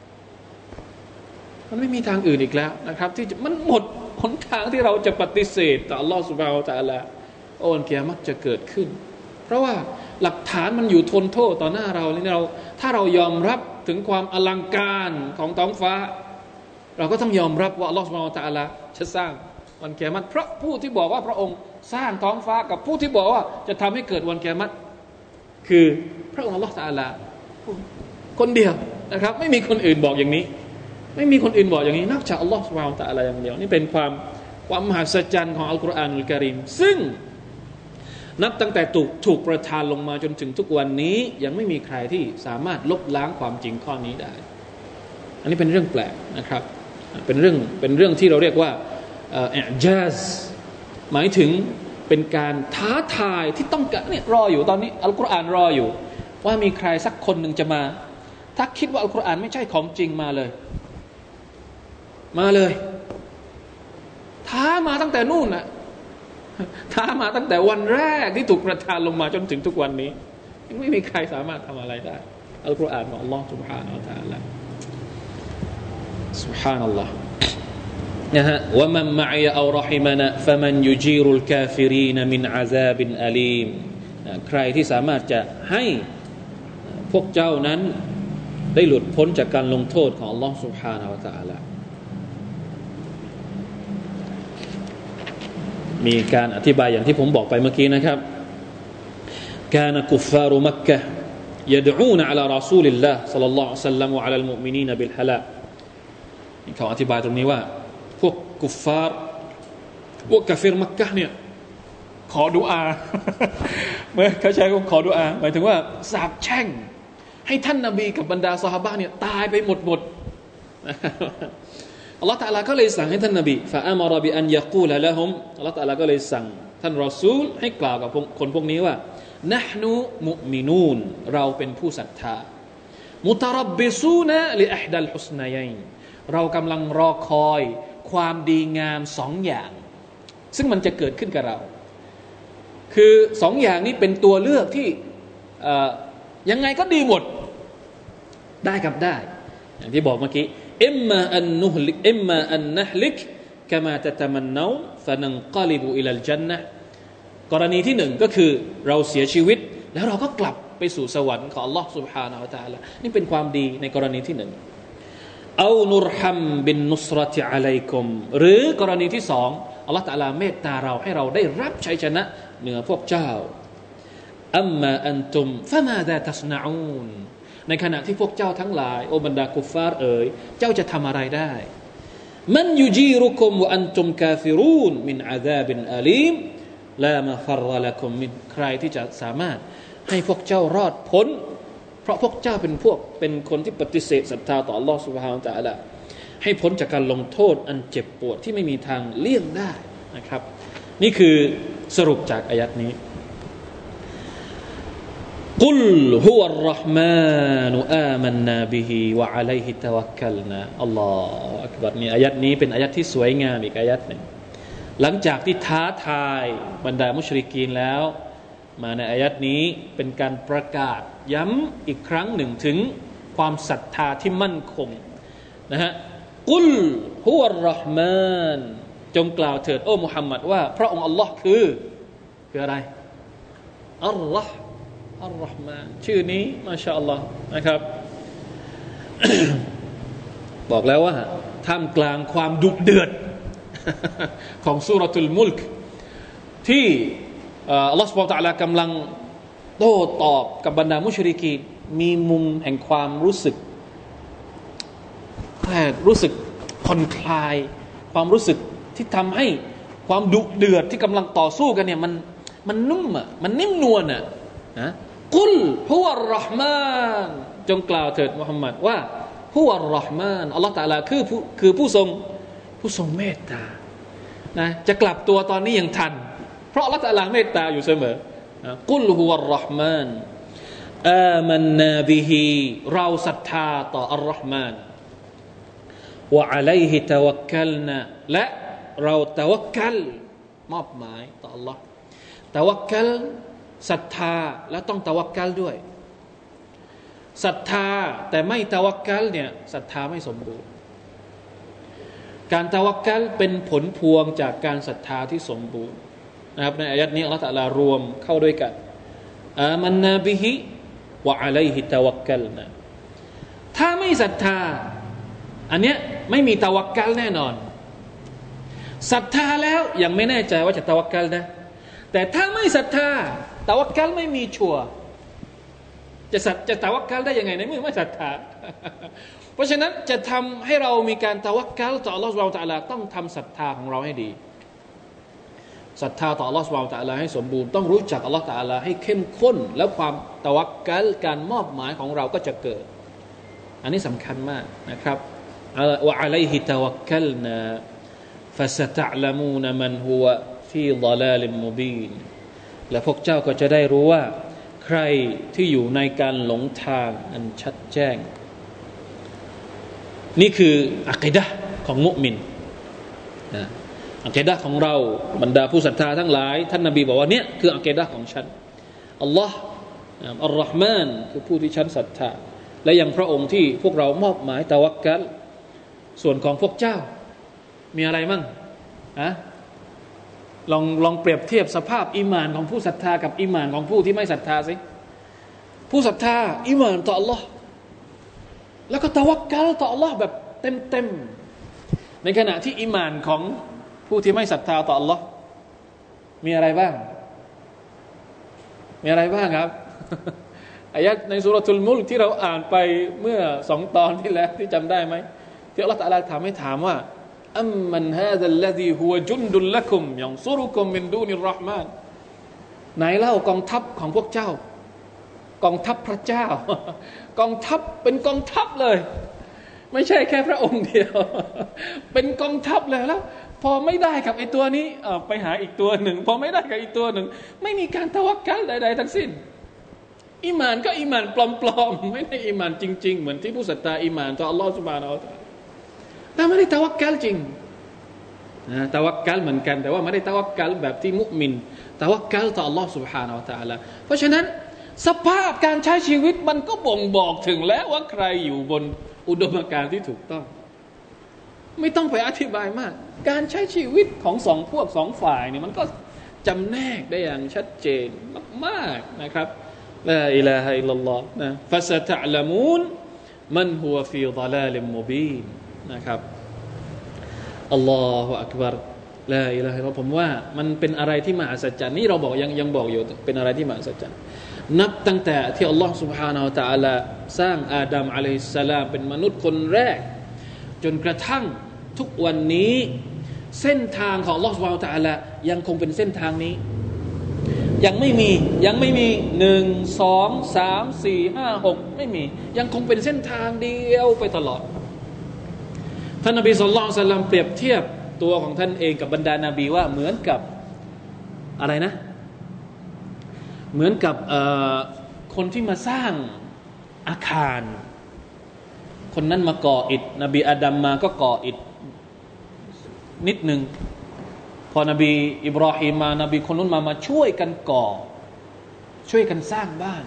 มันไม่มีทางอื่นอีกแล้วนะครับที่มันหมดหนทางที่เราจะปฏิเสธต่ออัลลอฮฺซุบฮานะฮูวะตะอาลาโอ้วันกิยามะฮ์จะเกิดขึ้นเพราะว่าหลักฐานมันอยู่ทนโทษต่อหน้าเรานี่เราถ้าเรายอมรับถึงความอลังการของท้องฟ้าเราก็ต้องยอมรับว่าอัลลอฮฺซุบฮานะฮูวะตะอาลาจะสร้างวันกิยามะฮ์เพราะผู้ที่บอกว่าพระองค์สร้างท้องฟ้ากับผู้ที่บอกว่าจะทำให้เกิดวันกิยามะฮ์คือพระองค์อัลลอฮฺตะอาลาคนเดียวนะครับไม่มีคนอื่นบอกอย่างนี้ไม่มีคนอื่นบอกอย่างนี้นอกจากอัลลอฮฺซุบฮานะฮูวะตะอาลาอย่างเดียวนี่เป็นความความมหัศจรรย์ของอัลกุรอานอัลกะรีมซึ่งนับตั้งแต่ถูกถูกประทานลงมาจนถึงทุกวันนี้ยังไม่มีใครที่สามารถลบล้างความจริงข้อนี้ได้อันนี้เป็นเรื่องแปลกนะครับเป็นเรื่องเป็นเรื่องที่เราเรียกว่าอิอญาซหมายถึงเป็นการท้าทายที่ต้องการเนี่ยรออยู่ตอนนี้อัลกุรอานรออยู่ว่ามีใครสักคนหนึ่งจะมาถ้าคิดว่าอัลกุรอานไม่ใช่ของจริงมาเลยมาเลยท้ามาตั้งแต่นู่นน่ะท้ามาตั้งแต่วันแรกที่ถูกประทานลงมาจนถึงทุกวันนี้ยังไม่มีใครสามารถทำอะไรได้อัลกุรอานของอัลลอฮฺ سبحانه และ تعالى سبحان الله นะฮะ ومن معي أو رحمنا فمن يجير الكافرين من عذاب أليم ใครที่สามารถจะให้พวกเจ้านั้นได้หลุดพ้นจากการลงโทษของอัลลอฮฺ سبحانه และ تعالى มีการอธิบายอย่างที่ผมบอกไปเมื่อกี้นะครับกานกุฟฟารุมักกะฮ์يدعون على رسول الله صلى الله عليه وسلم وعلى المؤمنين بالهلاك เขาอธิบายตรงนี้ว่าพวกกุฟฟาร์พวกกาเฟรมักกะฮ์เนี่ยขอดุอาเมื่อเขาใช้คำขอดุอาหมายถึงว่าสาปแช่งให้ท่านนบีกับบรรดาซอฮาบะห์เนี่ยตายไปหมดหมดอัลลอฮฺตะอาลาก็เลยสั่งให้ท่านนบีฟะอัมรบิอันยะกูลละฮุมอัลลอฮฺตะอาลาก็เลยสั่งท่านรอซูลให้กล่าวกับคนพวกนี้ว่านะห์นุมุมินูนเราเป็นผู้ศรัทธามุตรับบิซูนะลิอิฮดัลฮุสนัยัยน์เรากำลังรอคอยความดีงามสองอย่างซึ่งมันจะเกิดขึ้นกับเราคือสองอย่างนี้เป็นตัวเลือกที่ยังไงก็ดีหมดได้กับได้อย่างที่บอกเมื่อกี้อิมมาอันนุฮลิกอิมมาอันนะฮลิกกะมาตะตะมันนาฟะนันกะลิบุอิลัลญันนะห์กรณีที่หนึ่งก็คือเราเสียชีวิตแล้วเราก็กลับไปสู่สวรรค์ของ Allah سبحانه และ تعالى นี่เป็นความดีในกรณีที่หนึ่งเอานุรฮัมบินนุสรติอะลัยกุมหรือกรณีที่สองอัลลอฮฺตะอาลาเมตตาเราให้เราได้รับชัยชนะเหนือพวกเจ้าอัมมาอันตุมฟะมาซาตัสนะอูนในขณะที่พวกเจ้าทั้งหลายโอบรรดากุฟฟาร์เอ๋ยเจ้าจะทำอะไรได้มันยุจีรุกุมวะอันตุมกาฟิรูนมินอาซาบินอาลีมลามาฟัรละกุมมินใครที่จะสามารถให้พวกเจ้ารอดพ้นเพราะพวกเจ้าเป็นพวกเป็นคนที่ปฏิเสธศรัทธาต่อ Allah Subhanahu Wa Taala ให้พ้นจากการลงโทษอันเจ็บปวดที่ไม่มีทางเลี่ยงได้นะครับนี่คือสรุปจากอายัดนี้กุลฮุวัรเราะห์มานุอามันนาบิฮิวะอะลัยฮิตะวักกัลนาอัลลอฮฺอักบัรนี่อายัดนี้เป็นอายัดที่สวยงามอีกอายัดหนึ่งหลังจากที่ท้าทายบรรดามุชริกีนแล้วมาในอายัดนี้เป็นการประกาศย้ำอีกครั้งหนึ่งถึงความศรัทธาที่มั่นคงนะฮะกุลฮุวัรเราะห์มานจงกล่าวเถิดโอ้มุฮัมมัดว่าพระองค์อัลลอฮ์คือคืออะไรอัลลอฮ์อัลเราะห์มานชื่อนี้มาชาอัลลอฮ์นะครับ บอกแล้วว่าท่ามกลางความดุเดือด ของซูเราะตุลมุลกที่อัลลอฮ์ซุบฮานะฮูวะตะอาลากำลังโต้ตอบกับบรรดามุชริกีนมีมุมแห่งความรู้สึกแต่รู้สึกผ่อนคลายความรู้สึกที่ทำให้ความดุเดือดที่กำลังต่อสู้กันเนี่ยมันมันนุ่มอ่ะมันนิ่มนวลอ่ะนะกุลฮุวัรเราะห์มานจงกล่าวเถิดมุฮัมมัดว่าฮุวัรเราะห์มานอัลลอฮ์ตะอาลาคือผู้คือผู้ทรงผู้ทรงเมตตานะจะกลับตัวตอนนี้ยังทันเพราะอัลลอฮ์ตะอาลาเมตตาอยู่เสมอกุลฮุวัรเราะห์มานอามันนาบิฮิเราศรัทธาต่ออัลเราะห์มานวะอะลัยฮิตะวักกัลนาและเราตะวักกัลมอบหมายต่อ Allah ตะวักกัลศรัทธาแล้วต้องตะวักกัลด้วยศรัทธาแต่ไม่ตะวักกัลเนี่ยศรัทธาไม่สมบูรณ์การตะวักกัลเป็นผลพวงจากการศรัทธาที่สมบูรณ์นะครับในอายัดนี้อัลเลาะห์ตะอาลารวมเข้าด้วยกันอามันนาบิฮิวะอะลัยฮิตะวักกัลนะถ้าไม่ศรัทธาอันเนี้ยไม่มีตะวักกัลแน่นอนศรัทธาแล้วยังไม่แน่ใจว่าจะตะวักกัลนะแต่ถ้าไม่ศรัทธาตะวักกัลไม่มีชัวร์จะสัตจะตะวักกัลได้ยังไงในเมื่อไม่ศรัทธา เพราะฉะนั้นจะทำให้เรามีการตะวักกัลต่ออัลเลาะห์ซุบฮานะฮูวะตะอาลาต้องทำศรัทธาของเราให้ดีศรัทธาต่ออัลเลาะห์ซุบฮานะฮูวะตะอาลาให้สมบูรณ์ต้องรู้จักอัลเลาะห์ตะอาลาให้เข้มข้นแล้วความตะวักกัลการมอบหมายของเราก็จะเกิดอันนี้สำคัญมากนะครับวะอะลัยฮิตะวักกัลนาฟะซะตะอ์ละมูนมันฮุวะฟีฎอลาลิมมุบีนและพวกเจ้าก็จะได้รู้ว่าใครที่อยู่ในการหลงทางอันชัดแจ้งนี่คืออะกีดะห์ของมุมินนะอะกีดะห์ของเราบรรดาผู้ศรัทธาทั้งหลายท่านนบีบอกว่าเนี่ยคืออะกีดะห์ของฉันอัลลอฮ์อัลเราะห์มานคือผู้ที่ฉันศรัทธาและยังพระองค์ที่พวกเรามอบหมายตะวักกัลส่วนของพวกเจ้ามีอะไรมั่งอะลองลองเปรียบเทียบสภาพอีหม่านของผู้ศรัทธากับอีหม่านของผู้ที่ไม่ศรัทธาสิผู้ศรัทธาอีหม่านต่อ Allah แล้วก็ตะวักกัลต่อ Allah แบบเต็มๆในขณะที่อีหม่านของผู้ที่ไม่ศรัทธาต่อ Allah มีอะไรบ้างมีอะไรบ้างครับ อายะห์ในซูเราะตุลมุลกที่เราอ่านไปเมื่อสองตอนที่แล้วที่จำได้ไหมที่อัลเลาะห์ตะอาลาถามให้ถามว่าอัมมันฮาซัลลซีฮุวะจุนดุลละกุมยันซุรุกุมมินดูนิรเราะห์มานไหนเล่ากองทัพของพวกเจ้ากองทัพพระเจ้ากองทัพเป็นกองทัพเลยไม่ใช่แค่พระองค์เดียวเป็นกองทัพเลยแล้วพอไม่ได้กับไอ้ตัวนี้เอ่อไปหาอีกตัวหนึ่งพอไม่ได้กับอีกตัวหนึ่งไม่มีการตะวักกัลใดๆทั้งสิ้นอีหม่านก็อีหม่านปลอมๆไม่ได้อีหม่านจริงๆเหมือนที่ผู้ศรัทธาอีหม่านต่ออัลเลาะห์ซุบฮานะฮูวะตะอาลาแต่ไม่ได้ตะวักกัลจริงนะตะวักกัลเหมือนกันแต่ว่าไม่ได้ตะวักกัลแบบที่มุมินตะวักกัลต่ออัลเลาะห์ซุบฮานะฮูวะตะอาลาเพราะฉะนั้นสภาพการใช้ชีวิตมันก็บ่งบอกถึงแล้วว่าใครอยู่บนอุดมการณ์ที่ถูกต้องไม่ต้องไปอธิบายมากการใช้ชีวิตของสองพวกสองฝ่ายเนี่ยมันก็จำแนกได้อย่างชัดเจนมากๆนะครับลาอิลาฮะอิลลัลลอฮ์นะฟะซะตะอ์ละมูนมันฮุวะฟีฎอลาลิมมุบีนนะครับอัลลอฮุอักบัรลาอิลาฮะอิลลัลลอฮ์ผมว่ามันเป็นอะไรที่มหัศจรรย์นี่เราบอกยังยังบอกอยู่เป็นอะไรที่มหัศจรรย์นับตั้งแต่ที่อัลลอฮ์ سبحانه และ تعالى สร้างอาดัมอะลัยฮิสสลามเป็นมนุษย์คนแรกจนกระทั่งทุกวันนี้เส้นทางของอัลลอฮ์ سبحانه และ تعالى ยังคงเป็นเส้นทางนี้ยังไม่มียังไม่มีหนึ่ง สอง สาม สี่ ห้า หกไม่มียังคงเป็นเส้นทางเดียวไปตลอดท่านนบีศ็อลลัลลอฮุอะลัยฮิวะซัลลัมเปรียบเทียบตัวของท่านเองกับบรรดานบีว่าเหมือนกับอะไรนะเหมือนกับคนที่มาสร้างอาคารคนนั้นมาก่ออิฐนบีอาดัมมาก็ก่ออิฐนิดนึงพอนบีอิบรอฮีมมานบีคนนู้นมามาช่วยกันก่อช่วยกันสร้างบ้าน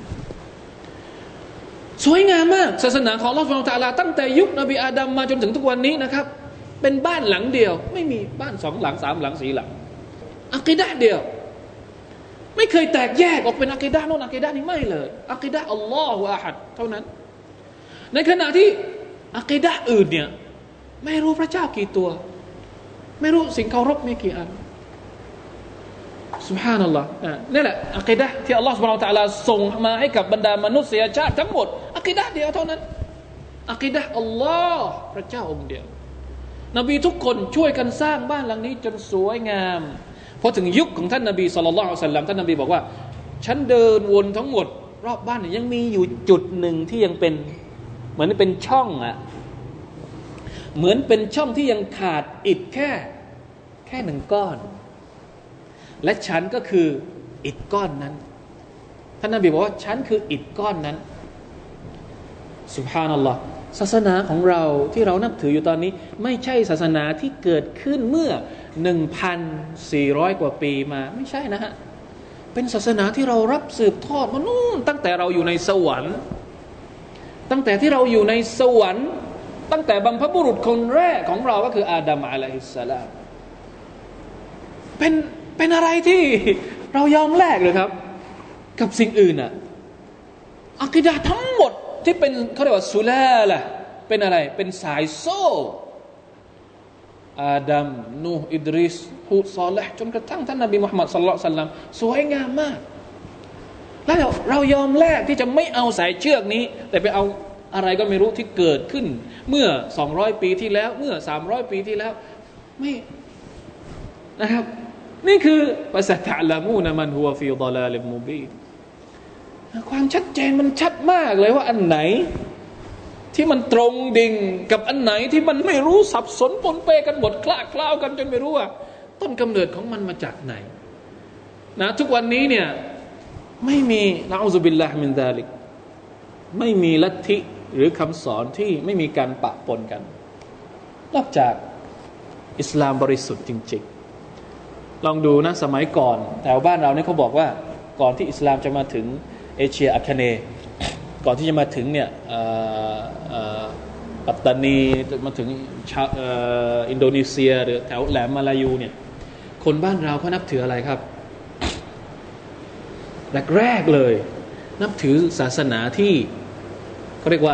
สวยงามมากศาสนาของอัลเลาะห์ซุบฮานะฮูวะตะอาลาตั้งแต่ยุคนบีอาดัมมาจนถึงทุกวันนี้นะครับเป็นบ้านหลังเดียวไม่มีบ้านสองหลังสามหลังสี่หลังอะกีดะห์เดียวไม่เคยแตกแยกออกเป็นอะกีดะห์โน่นอะกีดะห์นี้ไม่เลยอะกีดะห์อัลลอฮุอะฮัดเท่านั้นในขณะที่อะกีดะห์อื่นเนี่ยไม่รู้พระเจ้ากี่ตัวไม่รู้สิ่งเคารพมีกี่อันซุบฮานัลลอฮ์นี่แหละอะกีดะห์ที่อัลลอฮฺซุบฮานะฮูวะตะอาลาส่งมาให้กับบรรดามนุษยชาติทั้งหมดอะกีดะห์เดียวเท่านั้นอะกีดะห์อัลลอฮ์พระเจ้าองค์เดียวนบีทุกคนช่วยกันสร้างบ้านหลังนี้จนสวยงามพอถึงยุคของท่านนบีศ็อลลัลลอฮุอะลัยฮิวะซัลลัมท่านนบีบอกว่าฉันเดินวนทั้งหมดรอบบ้านเนี่ยยังมีอยู่จุดหนึ่งที่ยังเป็นเหมือนเป็นช่องอะเหมือนเป็นช่องที่ยังขาดอิฐแค่แค่หนึ่งก้อนและฉันก็คืออิฐก้อนนั้นท่านนบีบอกว่าฉันคืออิฐก้อนนั้นซุบฮานัลลอฮ์ศาสนาของเราที่เรานับถืออยู่ตอนนี้ไม่ใช่ศาสนาที่เกิดขึ้นเมื่อ หนึ่งพันสี่ร้อย กว่าปีมาไม่ใช่นะฮะเป็นศาสนาที่เรารับสืบทอดมานู่นตั้งแต่เราอยู่ในสวรรค์ตั้งแต่ที่เราอยู่ในสวรรค์ตั้งแต่บรรพบุรุษคนแรกของเราก็คืออาดัมอะลัยฮิสสลามเป็นเป็นอะไรที่เรายอมแลกเลยครับกับสิ่งอื่นอะอะกีดะห์ทั้งหมดที่เป็นเขาเรียกว่าซุลาละเป็นอะไรเป็นสายโซ่อาดัมนูห์อิดริสฮูดซอลิห์จนกระทั่งท่านนบีมุฮัมมัดศ็อลลัลลอฮุอะลัยฮิวะซัลลัมสวยงามมากแล้วเรายอมแลกที่จะไม่เอาสายเชือกนี้แต่ไปเอาอะไรก็ไม่รู้ที่เกิดขึ้นเมื่อสองร้อยปีที่แล้วเมื่อสามร้อยปีที่แล้วไม่นะครับนี่คือวะซะตะอ์ละมูนมันฮุวะฟีฎอลาลิมมุบีนความชัดเจนมันชัดมากเลยว่าอันไหนที่มันตรงดิ่งกับอันไหนที่มันไม่รู้สับสนปนเปกันหมดคละเคล้ากันจนไม่รู้ว่าต้นกำเนิดของมันมาจากไหนนะทุกวันนี้เนี่ยไม่มีนะอูซุบิลลาฮิมินซาลิกไม่มีลัทธิหรือคำสอนที่ไม่มีการปะปนกันนอกจากอิสลามบริสุทธิ์จริงๆลองดูนะสมัยก่อนแถวบ้านเราเนี่ยเขาบอกว่าก่อนที่อิสลามจะมาถึงเอเชียอาคเนย์ก่อนที่จะมาถึงเนี่ยปัตตานีมาถึงอินโดนีเซียหรือแถวแหลมมาลายูเนี่ยคนบ้านเราเขานับถืออะไรครับแรกๆเลยนับถือศาสนาที่เขาเรียกว่า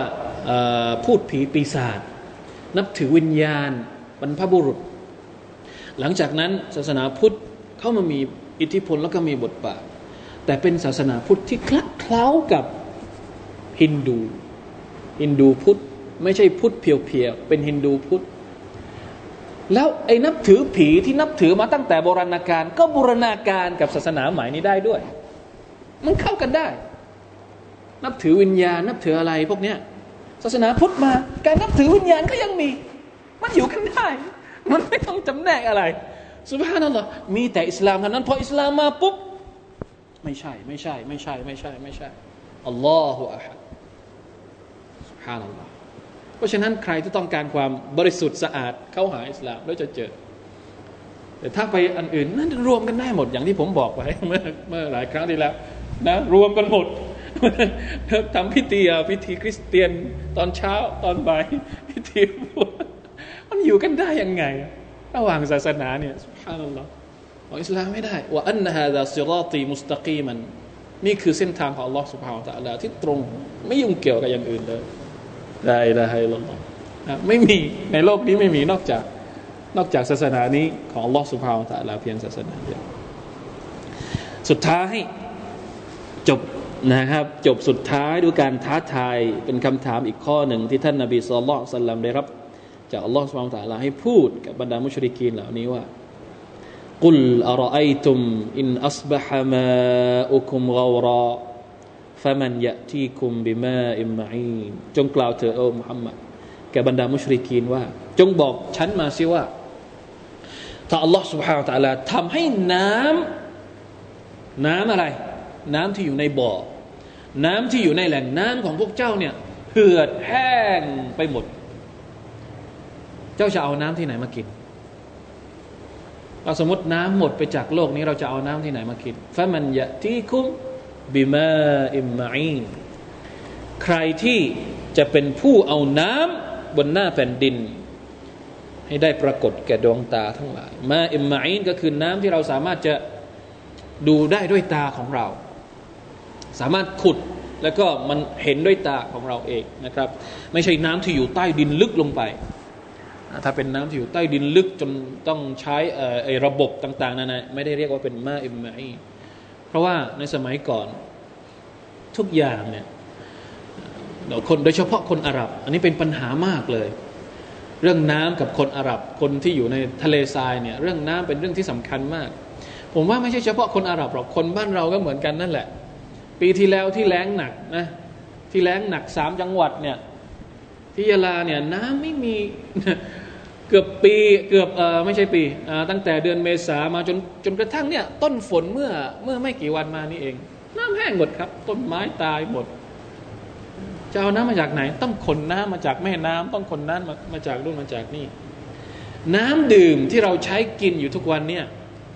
พูดผีปีศาจนับถือวิญญาณบรรพบุรุษหลังจากนั้นศาสนาพุทธเข้ามามีอิทธิพลแล้วก็มีบทบาทแต่เป็นศาสนาพุทธที่คละเคล้ากับฮินดูฮินดูพุทธไม่ใช่พุทธเพียวๆเป็นฮินดูพุทธแล้วไอ้นับถือผีที่นับถือมาตั้งแต่โบราณกาลก็บูรณาการกับศาสนาใหม่นี้ได้ด้วยมันเข้ากันได้นับถือวิญญาณนับถืออะไรพวกเนี้ยศาสนาพุทธมาการนับถือวิญญาณก็ยังมีมันอยู่กันได้มันไม่ต้องจำแนกอะไรซุบฮานัลลอฮ์มีแต่อิสลามเท่านั้นพออิสลามมาปุ๊บไม่ใช่ไม่ใช่ไม่ใช่ไม่ใช่ไม่ใช่อัลลอฮฺอะฮัดซุบฮานัลลอฮ์เพราะฉะนั้นใครที่ต้องการความบริสุทธิ์สะอาดเข้าหาอิสลามแล้วจะเจอแต่ถ้าไปอันอื่นนั่นรวมกันได้หมดอย่างที่ผมบอกไว้เมื่อเมื่อหลายครั้งที่แล้วนะรวมกันหมดทำพิธีอ่ะพิธีคริสเตียนตอนเช้าตอนบ่ายพิธีมันอยู่กันได้ยังไงระหว่างศาสนาเนี่ยซุบฮานัลลอฮ์ของอิสลามไม่ได้ว่าอันนะฮาซาซิรอตีมุสตะกีมันนี่คือเส้นทางของอัลลอฮ์ซุบฮานะฮูวะตะอาลาที่ตรงไม่ยุ่งเกี่ยวกับอย่างอื่นเลยลาอิลาฮะอิลลัลลอฮ์ไม่มีในโลกนี้ไม่มีนอกจากนอกจากศาสนานี้ของอัลลอฮ์ซุบฮานะฮูวะตะอาลาเพียงศาสนาเดียวสุดท้ายจบนะครับจบสุดท้ายด้วยการท้าทายเป็นคำถามอีกข้อหนึ่งที่ท่านนบีศ็อลลัลลอฮุอะลัยฮิวะซัลลัมได้รับจากอัลลอฮฺซุบฮานะฮูวะตะอาลาให้พูดกับบรรดามุชริกีนเหล่านี้ว่ากุลอะรออัยตุมอินอัศบะฮะมาอุคุมฆอราฟะมันยะตีคุมบิมาอิมมะอีนจงกล่าวเถิดโอ้มุฮัมมัดแก่บรรดามุชริกีนว่าจงบอกฉันมาสิว่าถ้าอัลลอฮฺซุบฮานะฮูวะตะอาลาทำให้น้ำน้ำอะไรน้ำที่อยู่ในบ่อน้ำที่อยู่ในแหล่งน้ำของพวกเจ้าเนี่ยเหือดแห้งไปหมดเจ้าจะเอาน้ำที่ไหนมากินเราสมมติน้ำหมดไปจากโลกนี้เราจะเอาน้ำที่ไหนมากินฟะมันยะตีคุมบิมาอิมมะอีนใครที่จะเป็นผู้เอาน้ำบนหน้าแผ่นดินให้ได้ปรากฏแก่ดวงตาทั้งหลายมาอิมมะอีนก็คือน้ำที่เราสามารถจะดูได้ด้วยตาของเราสามารถขุดแล้วก็มันเห็นด้วยตาของเราเองนะครับไม่ใช่น้ำที่อยู่ใต้ดินลึกลงไปถ้าเป็นน้ำที่อยู่ใต้ดินลึกจนต้องใช้ไอ้ระบบต่างๆนั่นนะไม่ได้เรียกว่าเป็นมาอิมมะอีนเพราะว่าในสมัยก่อนทุกอย่างเนี่ยคนโดยเฉพาะคนอาหรับอันนี้เป็นปัญหามากเลยเรื่องน้ำกับคนอาหรับคนที่อยู่ในทะเลทรายเนี่ยเรื่องน้ำเป็นเรื่องที่สำคัญมากผมว่าไม่ใช่เฉพาะคนอาหรับหรอกคนบ้านเราก็เหมือนกันนั่นแหละปีที่แล้วที่แล้งหนักนะที่แล้งหนักสามจังหวัดเนี่ยที่ยะลาเนี่ยน้ำไม่มีเกือบปีเกือบเออไม่ใช่ปีตั้งแต่เดือนเมษามาจนจนกระทั่งเนี่ยต้นฝนเมื่อเมื่อไม่กี่วันมานี่เองน้ำแห้งหมดครับต้นไม้ตายหมดจะเอาน้ำมาจากไหนต้องขนน้ำมาจากแม่น้ำต้องขนน้ำมามาจากนู่นมาจากนี่น้ำดื่มที่เราใช้กินอยู่ทุกวันเนี่ย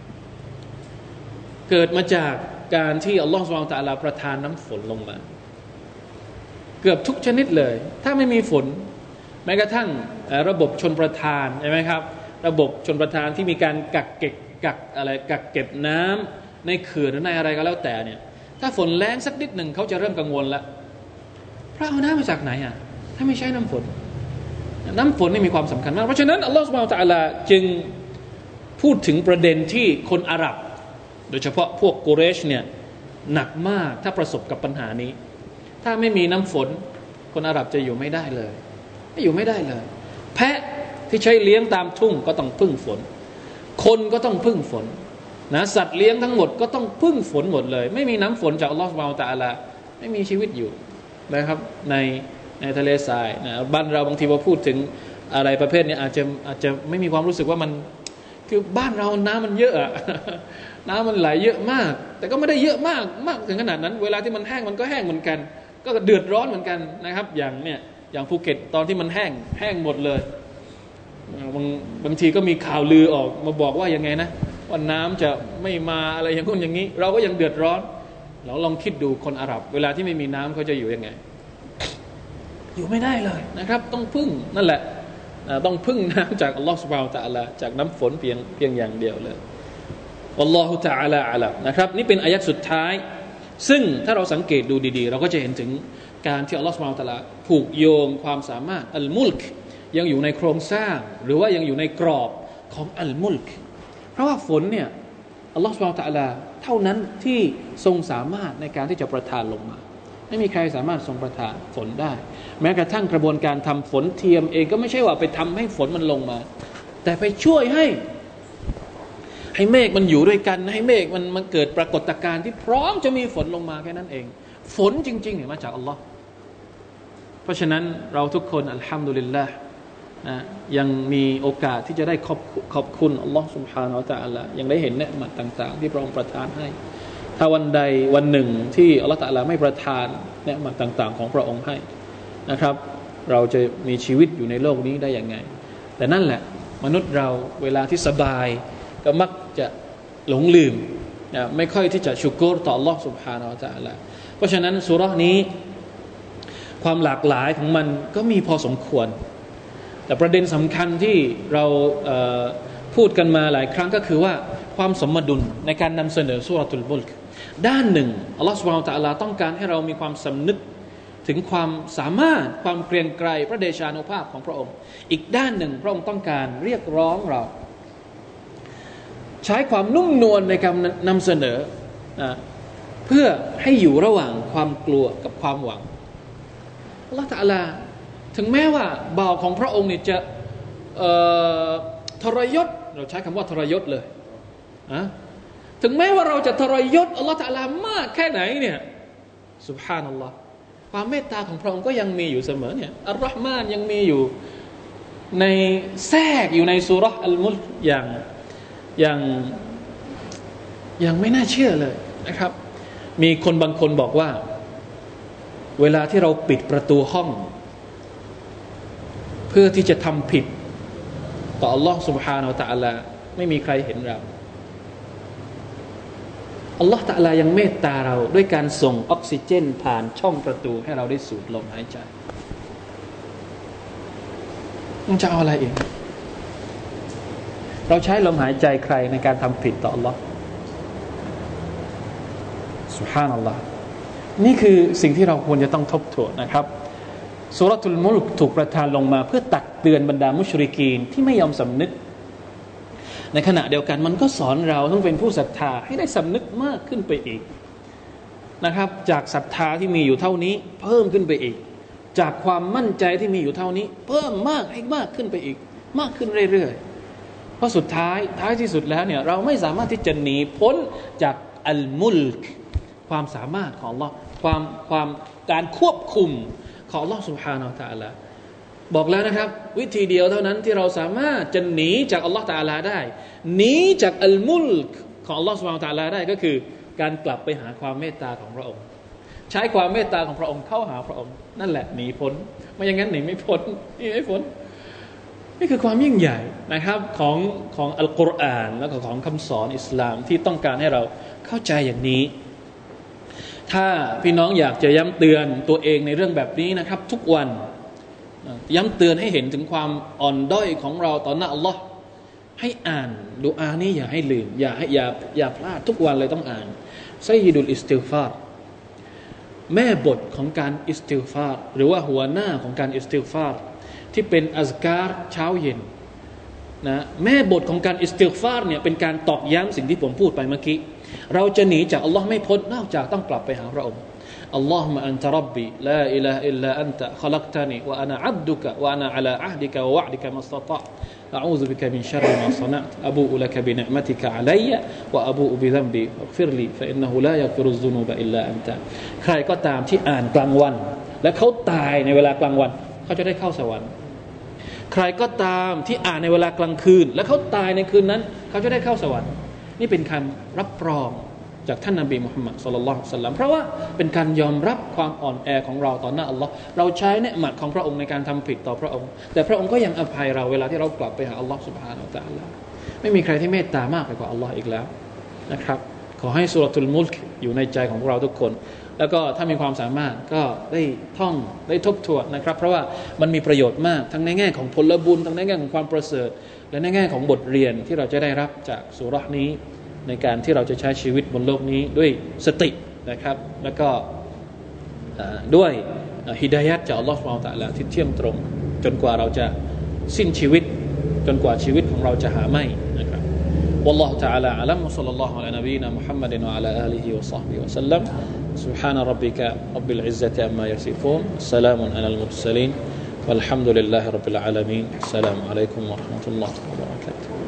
เกิดมาจากการที่อัลลอฮฺซุบฮานะฮูวะตะอาลาประทานน้ำฝนลงมาเกือบทุกชนิดเลยถ้าไม่มีฝนแม้กระทั่งระบบชลประทานใช่ไหมครับระบบชลประทานที่มีการกักเก็บกักอะไรกักเก็บน้ำในเขื่อนหรือในอะไรก็แล้วแต่เนี่ยถ้าฝนแรงสักนิดหนึ่งเขาจะเริ่มกังวลแล้วเพราะเอาน้ำมาจากไหนอ่ะถ้าไม่ใช่น้ำฝนน้ำฝนนี่มีความสำคัญมากเพราะฉะนั้นอัลลอฮฺซุบฮานะฮูวะตะอาลาจึงพูดถึงประเด็นที่คนอาหรับโดยเฉพาะพวกกุเรชเนี่ยหนักมากถ้าประสบกับปัญหานี้ถ้าไม่มีน้ำฝนคนอาหรับจะอยู่ไม่ได้เลยไม่อยู่ไม่ได้เลยแพะที่ใช้เลี้ยงตามทุ่งก็ต้องพึ่งฝนคนก็ต้องพึ่งฝนนะสัตว์เลี้ยงทั้งหมดก็ต้องพึ่งฝนหมดเลยไม่มีน้ำฝนจากอัลลอฮฺซุบฮานะฮูวะตะอาลาไม่มีชีวิตอยู่นะครับในในทะเลทรายนะบ้านเราบางทีพอพูดถึงอะไรประเภทนี้อาจจะอาจจะไม่มีความรู้สึกว่ามันคือบ้านเราน้ำมันเยอะอะน้ำมันไหลเยอะมากแต่ก็ไม่ได้เยอะมากมากถึงขนาดนั้นเวลาที่มันแห้งมันก็แห้งเหมือนกันก็เดือดร้อนเหมือนกันนะครับอย่างเนี่ยอย่างภูเก็ตตอนที่มันแห้งแห้งหมดเลยบางบางทีก็มีข่าวลือออกมาบอกว่ายังไงนะว่าน้ำจะไม่มาอะไรอย่างนู้นอย่างนี้เราก็ยังเดือดร้อนเราลองคิดดูคนอาหรับเวลาที่ไม่มีน้ำเขาจะอยู่ยังไงอยู่ไม่ได้เลยนะครับต้องพึ่งนั่นแหละต้องพึ่งน้ำจากอัลลอฮฺซุบฮานะฮูวะตะอาลาจากน้ำฝนเพียงเพียงอย่างเดียวเลยอัลลอฮฺตะอาลาอะลัมนะครับนี่เป็นอายะห์สุดท้ายซึ่งถ้าเราสังเกตดูดีๆเราก็จะเห็นถึงการที่อัลลอฮฺซุบฮานะฮูวะตะอาลาผูกโยงความสามารถอัลมุลกยังอยู่ในโครงสร้างหรือว่ายังอยู่ในกรอบของอัลมุลกเพราะว่าฝนเนี่ยอัลลอฮฺซุบฮานะฮูวะตะอาลาเท่านั้นที่ทรงสามารถในการที่จะประทานลงมาไม่มีใครสามารถทรงประทานฝนได้แม้กระทั่งกระบวนการทำฝนเทียมเองก็ไม่ใช่ว่าไปทำให้ฝนมันลงมาแต่ไปช่วยให้ให้เมฆมันอยู่ด้วยกันให้เมฆมันมันเกิดปรากฏการณ์ที่พร้อมจะมีฝนลงมาแค่นั้นเองฝนจริงๆเนี่ยมาจากอัลลอฮ์เพราะฉะนั้นเราทุกคนอัลฮัมดุลิลลาห์นะยังมีโอกาสที่จะได้ขอบขอบคุณอัลลอฮ์ سبحانه และ تعالى ยังได้เห็นเนืมัตต่างๆที่พระองค์ประทานให้ถ้าวันใดวันหนึ่งที่อัลลอฮ์ تعالى ไม่ประทานเนืมัตต่างๆของพระองค์ให้นะครับเราจะมีชีวิตอยู่ในโลกนี้ได้อย่างไงแต่นั่นแหละมนุษย์เราเวลาที่สบายก็มักจะหลงลืมนะไม่ค่อยที่จะชุกรต่ออัลลอฮ์ سبحانه และ تعالى เพราะฉะนั้นซูเราะห์นี้ความหลากหลายของมันก็มีพอสมควรแต่ประเด็นสำคัญที่เราเอ่อพูดกันมาหลายครั้งก็คือว่าความสมดุลในการนำเสนอซูเราะตุลมุลกด้านหนึ่งอัลลอฮฺซุบฮานะฮูวะตะอาลาต้องการให้เรามีความสำนึกถึงความสามารถความเกรียงไกรพระเดชานุภาพของพระองค์อีกด้านหนึ่งพระองค์ต้องการเรียกร้องเราใช้ความนุ่มนวลในการนำเสนอนะเพื่อให้อยู่ระหว่างความกลัวกับความหวังอัลลอฮฺตะอาลาถึงแม้ว่าบ่าวของพระองค์เนี่ยจะทรยศเราใช้คำว่าทรยศเลยอะถึงแม้ว่าเราจะทรยศอัลลอฮฺตะอาลามากแค่ไหนเนี่ยซุบฮานัลลอฮ์ความเมตตาของพระองค์ก็ยังมีอยู่เสมอเนี่ยอัลลอฮ์มานยังมีอยู่ในแทรกอยู่ในซูเราะห์อัลมุลกอย่างอย่างอย่างไม่น่าเชื่อเลยนะครับมีคนบางคนบอกว่าเวลาที่เราปิดประตูห้องเพื่อที่จะทำผิดต่ออัลลอฮ์ سبحانه และ تعالى ไม่มีใครเห็นเราอัลลอฮ์ تعالى ยังเมตตาเราด้วยการส่งออกซิเจนผ่านช่องประตูให้เราได้สูดลมหายใจมันจะเอาอะไรอีกเราใช้ลมหายใจใครในการทำผิดต่ออัลลอฮ์ سبحان อัลลอฮ์นี่คือสิ่งที่เราควรจะต้องทบทวนนะครับซูเราะตุลมุลกถูกประทานลงมาเพื่อตักเตือนบรรดามุชริกีนที่ไม่ยอมสำนึกในขณะเดียวกันมันก็สอนเราต้องเป็นผู้ศรัทธาให้ได้สำนึกมากขึ้นไปอีกนะครับจากศรัทธาที่มีอยู่เท่านี้เพิ่มขึ้นไปอีกจากความมั่นใจที่มีอยู่เท่านี้เพิ่มมากให้มากขึ้นไปอีกมากขึ้นเรื่อยๆเพราะสุดท้ายท้ายที่สุดแล้วเนี่ยเราไม่สามารถที่จะหนีพ้นจากอัลมุลกความสามารถของอัลเลาะห์ความความการควบคุมของอัลเลาะห์ سبحانه และ تعالى บอกแล้วนะครับวิธีเดียวเท่านั้นที่เราสามารถจะหนีจากอัลเลาะห์ تعالى ได้หนีจากอัลมุลกของอัลเลาะห์ سبحانه และ تعالى ได้ก็คือการกลับไปหาความเมตตาของพระองค์ใช้ความเมตตาของพระองค์เข้าหาพระองค์นั่นแหละหนีพ้นไม่อย่างนั้นหนีไม่พ้นหนีไม่พ้นนี่คือความยิ่งใหญ่นะครับของของอัลกุรอานและของคำสอนอิสลามที่ต้องการให้เราเข้าใจอย่างนี้ถ้าพี่น้องอยากจะย้ำเตือนตัวเองในเรื่องแบบนี้นะครับทุกวันย้ำเตือนให้เห็นถึงความอ่อนด้อยของเราต่อหน้าอัลลอฮ์ให้อ่านดุอานี้อย่าให้ลืมอย่าให้อย่าอย่าพลาดทุกวันเลยต้องอ่านซัยยิดุลอิสติฆฟารแม่บทของการอิสติฆฟารหรือว่าหัวหน้าของการอิสติฆฟารที่เป็นอัซการเช้าเย็นนะแม่บทของการอิสติฆฟารเนี่ยเป็นการตอกย้ำสิ่งที่ผมพูดไปเมื่อกี้เราจะหนีจากอัลลอฮ์ไม่พ้นนอกจากต้องกลับไปหาพระองค์อัลลอฮุมะอันตะร็อบบีลาอิลาฮะอิลลาอันตะคอลักตานีวะอานะอับดุกะวะอานะอะลาอะฮดิกะวะวะอ์ดิกะมัสตะฏะอะอูซุบิกะมินชัรริมาศะนะตอะบูอุละกะบินิอ์มะติกะอะลัยยะวะอะบูอุบิซัมบิฟัฆฟิรลีฟะอินนะฮูลายัฆฟิรุซซุนูบะอิลลาอันตะใครก็ตามที่อ่านกลางวันและเขาตายในเวลากลางวันเขาจะได้เข้าสวรรค์ใครก็ตามที่อ่านในเวลากลางคืนและเขาตายในคืนนั้นเขาจะได้เข้าสวรรค์นี่เป็นคำรับรองจากท่านนบีมุฮัมมัดศ็อลลัลลอฮุอะลัยฮิวะซัลลัมเพราะว่าเป็นการยอมรับความอ่อนแอของเราต่อหน้าอัลลอฮ์เราใช้เนืมัตของพระองค์ในการทำผิดต่อพระองค์แต่พระองค์ก็ยังอภัยเราเวลาที่เรากลับไปหาอัลลอฮ์ซุบฮานะฮูวะตะอาลาไม่มีใครที่เมตตามากไปกว่าอัลลอฮ์อีกแล้วนะครับขอให้ซูเราะตุลมุลกอยู่ในใจของพวกเราทุกคนแล้วก็ถ้ามีความสามารถก็ได้ท่องได้ทบทวนนะครับเพราะว่ามันมีประโยชน์มากทั้งในแง่ของผลบุญทั้งในแง่ของความประเสริฐและในแง่ของบทเรียนที่เราจะได้รับจากซูเราะห์นี้ในการที่เราจะใช้ชีวิตบนโลกนี้ด้วยสตินะครับแล้วก็ด้วยฮิดายัตจากอัลลอฮฺซุบฮานะฮูวะตะอาลาที่เที่ยงตรงจนกว่าเราจะสิ้นชีวิตจนกว่าชีวิตของเราจะหาไม่นะครับ والله تعالى أعلم وصلى الله على نبينا محمد وعلى آله وصحبه وسلم سبحان ربك رب العزة عما يصفون سلام على المرسلين والحمد لله رب العالمين السلام عليكم ورحمة الله وبركاته